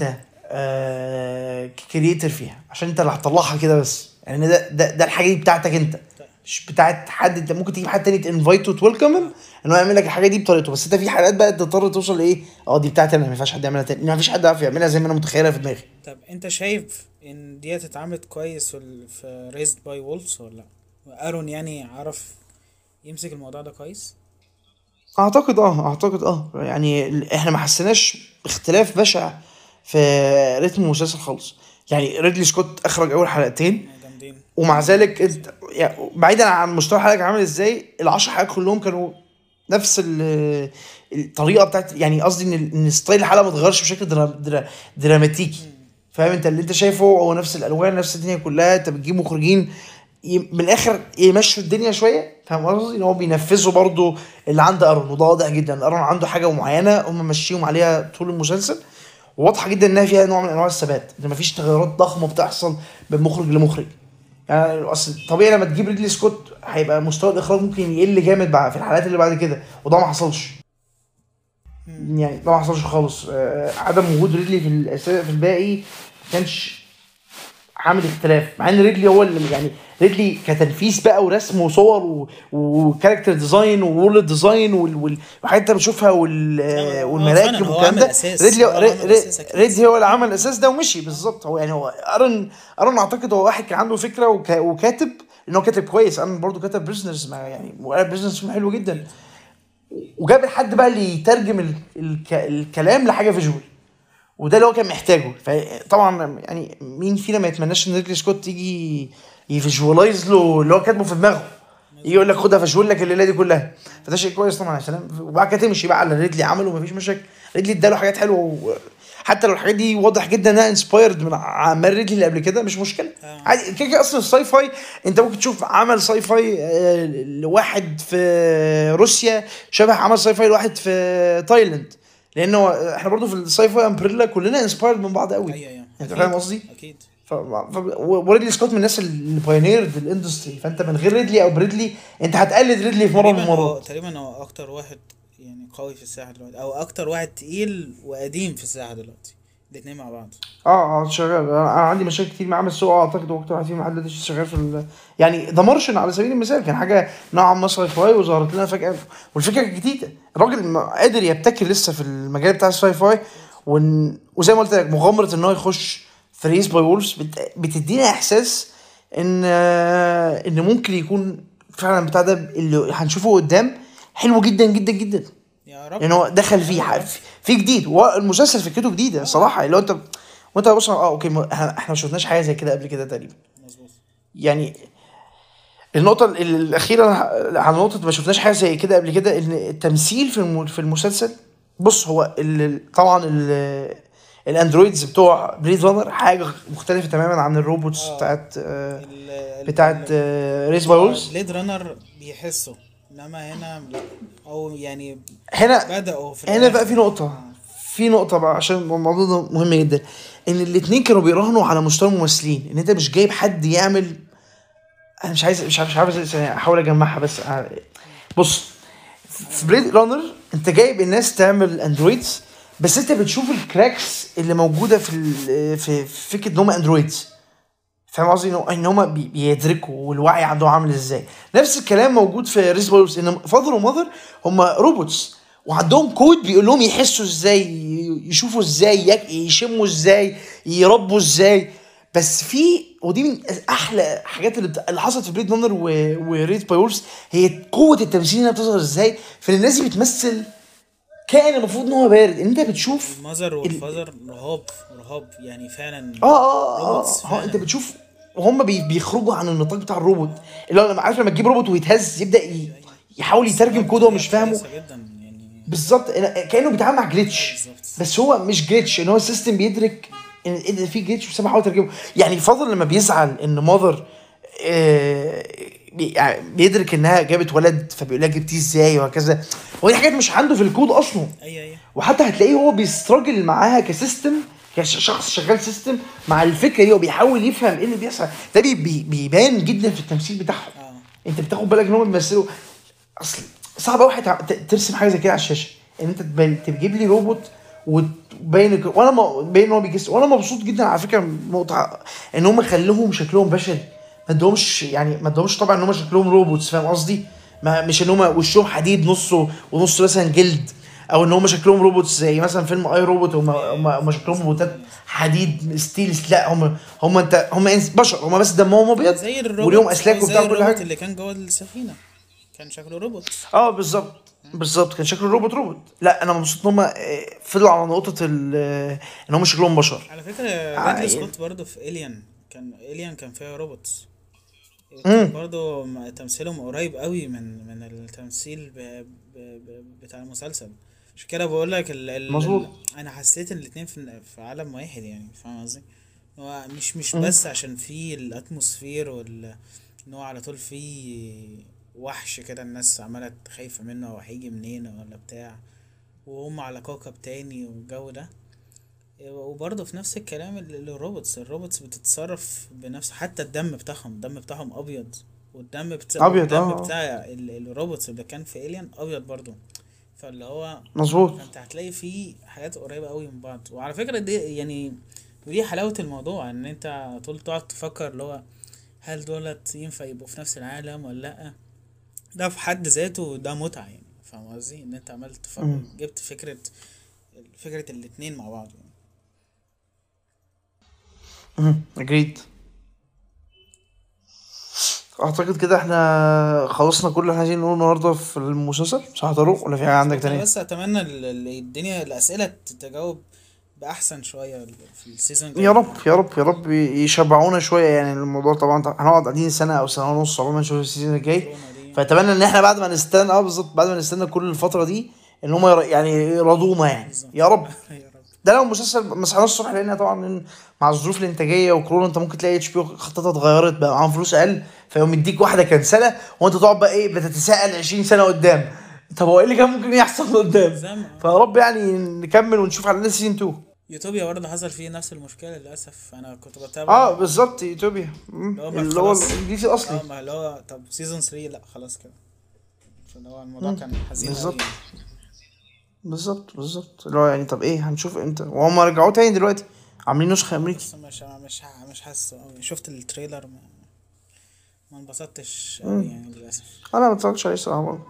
آه كرييتر فيها، عشان انت اللي هتطلعها كده بس. يعني ده ده ده الحاجه دي بتاعتك انت، مش بتاعت حد. انت ممكن تجيب حد تاني تنفايته وتويلكم انه يعمل لك الحاجه دي بطريقته، بس انت في حالات بقى تضطر توصل لايه، اه دي بتاعتي انا، ما ينفعش حد يعملها تاني، ما فيش حد عارف يعملها زي ما انا متخيلها في دماغي. طب انت شايف ان دي اتعملت كويس في ال- في ريزد باي وولفز ولا لا؟ ارون يعني عرف يمسك الموضوع ده كويس. اعتقد اه اعتقد اه يعني ال- احنا ما حسيناش اختلاف بشع في رتم المسلسل خالص. يعني ريدلي سكوت اخرج اول حلقتين، آه، جامدين. ومع ذلك انت يعني بعيدا عن مستوى الحلقه عامل ازاي، العشر حلقات كلهم كانوا نفس ال- الطريقه بتاعت، يعني قصدي ان ال- ان ستايل الحلقه ما اتغيرش بشكل درا درا دراماتيكي. فاهم انت اللي انت شايفه هو نفس الالوان، نفس الدنيا كلها. انت بتجيب مخرجين ي- من الاخر يمشوا الدنيا شويه، فاهم قصدي ان هو بينفذوا برضو اللي عند ارون، وده واضح جدا. ارون عنده حاجه معينه هم ماشيين عليها طول المسلسل، وواضحه جدا انها فيها نوع من انواع الثبات، ان مفيش تغيرات ضخمه بتحصل من مخرج لمخرج. يعني اصل طبيعي لما تجيب ريدلي سكوت هيبقى مستوى الاخراج ممكن يقل جامد بقى في الحلقات اللي بعد كده، وده ما حصلش. مم. يعني ده ما حصلش خالص. آه، عدم وجود ريدلي في الأساس في الباقي ما كانش عامل اختلاف، مع ان ريدلي هو اللي يعني ريدلي كتنفيذ بقى ورسم وصور و- وكاركتر ديزاين وورلد ديزاين وال- وال- والحاجات انت بتشوفها وال- لا آه، هو هو فعلا والمراكب هو والكلام عمل ده. اساس، ريدلي هو اللي عمل ري- اساس اكيد. ريدلي هو اللي عمل الاساس ده ومشي بالظبط. هو يعني هو ارن ارن اعتقد هو واحد كان عنده فكره وكا- وكاتب، ان هو كاتب كويس. ارن برضو كتب بريزنرز، يعني وقال بريزنرز حلو جدا، وجاب الحد بقى اللي يترجم ال- الك- الكلام لحاجه فيجوال، وده اللي هو كان محتاجه. فطبعا يعني مين فينا ما يتمناش ان ريدلي سكوت يجي يفيجوالايز له اللي هو كاتبه في دماغه، يجي يقول لك خدها فيجوال لك الليله دي كلها. فده شيء كويس طبعا، عشان وبعد كده تمشي بقى على ريدلي عمله ومفيش مشاكل. ريدلي اداله حاجات حلوه و... حتى لو الحاجات دي واضح جدا انها انسبايرد من اعمال ريدلي اللي قبل كده، مش مشكله آه. عادي. كده كده اصلا الساي فاي انت ممكن تشوف عمل ساي فاي آه، لواحد في روسيا شبه عمل ساي فاي لواحد في تايلاند، لانه احنا برضو في الساي فاي امبريلا كلنا انسبايرد من بعض قوي. ايوه ايوه انت اكيد فاهم قصدي؟ اكيد. ف... ف... وريدلي سكوت من الناس اللي بايونيرد الاندستري، فانت من غير ريدلي او بريدلي انت هتقلد ريدلي في مره من تقريبا هو المرات. تقريبا هو اكتر واحد يعني قوي في الساحه دلوقتي، او اكتر واحد تقيل وقديم في الساحه دلوقتي، الاتنين مع بعض. اه اه شغال. انا عندي مشاكل كتير معاه، بس هو اعتقد هو اكتر واحد فيهم لحد دلوقتي شغال في ال... يعني ذا مارشن على سبيل المثال كان حاجه نوعا ما ساي فاي وظهرت لنا فجاه، والفكره كانت جديده. الراجل م- قادر يبتكر لسه في المجال بتاع الساي فاي، ون... وزي ما قلت لك مغامره ان هو يخش في ريس باي وولفز بت... بتدينا احساس ان آه، ان ممكن يكون فعلا بتاع ده اللي هنشوفه قدام حلو جدا جدا جدا. يا رب. لان هو دخل فيه يا ح- رب. في جديد، والمسلسل فكرته جديده اه صراحه. اللي هو انت وانت بص اه اوكي، ما- احنا احنا ما شفناش حاجه زي كده قبل كده تقريبا. مظبوط. يعني النقطه ال- الاخيره على نقطه ما شفناش حاجه زي كده قبل كده، ان التمثيل في الم- في المسلسل. بص هو ال- طبعا ال- الاندرويدز بتوع بريد رانر حاجه مختلفه تماما عن الروبوتس اه بتاعت آه، ال ال بتاعت ال ريس باي بتوع وولز. بليد رانر بيحسوا، انما هنا لا، او يعني هنا بدأوا في هنا بقى في الاخر. نقطة اه في نقطة بقى عشان الموضوع ده مهم جدا، ان الاتنين كانوا بيراهنوا على مستوى الممثلين، ان انت مش جايب حد يعمل. انا مش عايز مش عارف مش عارف ازاي احاول اجمعها بس. بص في بليد رانر انت جايب الناس تعمل اندرويدز، بس انت بتشوف الكراكس اللي موجودة في ال- في في فكرة ان هم اندرويدز. فاهم قصدي إنه- ان هم بي- بيدركوا والوعي عندهم عامل ازاي. نفس الكلام موجود في ريس بولز، ان فاذر وماذر هم روبوتس وعندهم كود بيقول لهم يحسوا ازاي، ي- يشوفوا ازاي، يك- يشموا ازاي، يربوا ازاي. بس في ودي من احلى حاجات اللي, بت... اللي حصلت في بليد رانر و... وريد باي وولفز، هي قوه التمثيل انها بتظهر ازاي. فان الناس دي بتمثل كائن المفروض ان هو بارد، ان انت بتشوف المذر ال... والفذر رهاب رهاب يعني فعلا. اه اه روبوتس اه اه انت فعلا. بتشوف وهم بي بيخرجوا عن النطاق بتاع الروبوت. اللي هو لما عارف لما تجيب روبوت ويتهز يبدا ي... يحاول يترجم بالظبط، كود هو هي مش فاهمه. كويسة جدا يعني. بالظبط كانه بيتعامل مع اه جليتش، بالظبط. بس هو مش جليتش، ان هو السيستم بيدرك ان إيه ده في جليتش، بس انا بحاول اترجمه. يعني فضل لما بيزعل ان ماذر آه بي- يعني بيدرك انها جابت ولد، فبيقول لها جبتيه ازاي وهكذا. ودي حاجات مش عنده في الكود اصلا. اي اي. وحتى هتلاقيه هو بيستراجل معاها كسيستم، كشخص شغال سيستم مع الفكره دي، وبيحاول يفهم ايه اللي بيحصل. ده بي بي بيبان جدا في التمثيل بتاعهم. اه انت بتاخد بالك ان هم بيمثلوا. اصل صعب قوي ترسم حاجه زي كده على الشاشه، ان انت تب- تجيب لي روبوت وباين وانا م- باين ان هو بيجس، وانا مبسوط جدا على فكره من نقطه ان هم خلوهم شكلهم بشري، ما ادهمش يعني ما ادهمش طبعا ان هم شكلهم روبوتس، فاهم قصدي؟ ما مش ان هم وشهم حديد نصه ونص مثلا جلد، او ان هم شكلهم روبوتس زي مثلا فيلم اي روبوت، هم هم في هم في شكلهم جزء روبوتات تاني اصلا. حديد ستيلز. لا هم هم انت هم إنس- بشر، هم بس دمهم ابيض زي وليهم الروبوت او اسلاك وبتاع زي كل الروبوت حاجه. اللي كان جوه السفينة، كان شكله روبوت. اه بالظبط بالظبط، كان شكله روبوت روبوت. لا انا مبسوط ان هم فضلوا على نقطه ال- آه، ان هم شكلهم بشر. على فكرة ريدلي ع- سكوت برضه في إليان، كان إليان كان فيها روبوتس، كان امم برضه م- تمثيلهم قريب قوي من من التمثيل ب... ب... ب... بتاع المسلسل. عشان كده بقول لك ال... ال... مظبوط. ال... انا حسيت ان الاتنين في في عالم واحد يعني، فاهم قصدي؟ هو مش مش مم. بس عشان في الاتموسفير وال ان هو على طول في وحش كده الناس عمالة خايفة منه او هيجي منين ولا بتاع، وهم على كوكب تاني والجو ده. وبرضه في نفس الكلام ال- الروبوتس الروبوتس بتتصرف بنفس، حتى الدم بتاعهم الدم بتاعهم ابيض، والدم بتاع ابيض اه والدم آه. بتاع ال- الروبوتس اللي كان في إليان ابيض برضه. فاللي هو مظبوط. فانت هتلاقي فيه حاجات قريبة قوي من بعض. وعلى فكرة دي يعني ودي حلاوة الموضوع، ان انت طول تقعد تفكر اللي هو هل دولت ينفع يبقوا في نفس العالم ولا لأ. ده في حد ذاته ده متعة يعني، فاهم قصدي؟ ان انت عمال تفكر، مم. جبت فكرة فكرة الاتنين مع بعض يعني. مم. اجريد. اعتقد كده احنا خلصنا كل اللي احنا عايزين نقوله النهارده في المسلسل، صح طارق؟ ولا في حاجه عندك بالظبط. انا تانية؟ بس اتمنى ال- ال- الدنيا الاسئله تتجاوب باحسن شويه في السيزون يا الجاي رب يعني. يا رب يا رب يشبعونا شويه يعني. الموضوع طبعا طبعا هنقعد قاعدين سنه او سنه ونص عقبال ما نشوف السيزون الجاي. كورونا دي. فاتمنى ان احنا بعد ما نستنى اه بالظبط بعد ما نستنى كل الفتره دي ان هم ير- يعني يرضونا يعني، بالظبط. يا رب. يا رب. ده لو مسلسل ما صحناش الصبح، لان طبعا إن مع الظروف الانتاجيه وكورونا انت ممكن تلاقي اتش بي او خطتها اتغيرت بقى معاهم فلوس اقل، فيقوم يديك واحده كنسله وانت تقعد بقى ايه بتتساءل عشرين سنه قدام، طب هو ايه اللي كان ممكن يحصل قدام؟ زي ما فيا رب يعني نكمل ونشوف على سيزون اتنين. يوتوبيا برضه حصل فيه نفس المشكله للاسف، انا كنت اه بتابعه بالظبط يوتوبيا. مم. اللي هو ما اللي هو خلاص. الانجليزي الاصلي. اه ما اللي هو طب سيزون ثلاثة لا خلاص كده، عشان هو الموضوع مم. كان حزين قوي بالظبط يعني. بالظبط بالظبط اللي هو يعني طب ايه هنشوف امتى؟ وهم رجعوه تاني دلوقتي عاملين نسخه اه امريكي. بس مش مش مش حاسه قوي، شفت التريلر ما ما انبسطتش قوي مم. يعني للاسف. انا ما اتفرجتش عليه الصراحه برضه.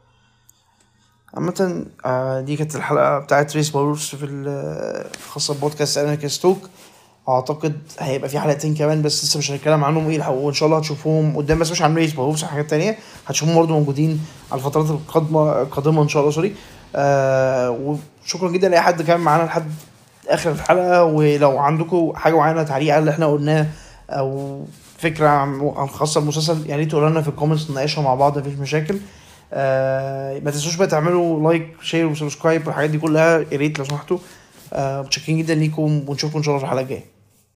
عامة آه، دي كانت الحلقة بتاعت ريس باورس في ال- خاصة ببودكاست أناركي ستوك. أعتقد هيبقى في حلقتين كمان بس لسه مش هنتكلم عنهم ايه الحقيقة، وإن شاء الله هتشوفوهم قدام، بس مش عن ريس باورس، عن حاجات تانية هتشوفوهم برضه موجودين على الفترات القادمة القادمة إن شاء الله. سوري. آه وشكرا جدا لأي حد كان معانا لحد آخر الحلقة. ولو عندكم حاجة معينة تعليق على اللي احنا قلناه أو فكرة عن عن خاصة المسلسل، يعني تقولوا لنا في الكومنتس نناقشها مع بعض مفيش مشاكل. آه ما تنسوش بقى تعملوا لايك شير وسبسكرايب والحاجات دي كلها يا ريت لو سمحتوا. آه متشكرين جدا ليكم ونشوفكم ان شاء الله في الحلقه الجايه.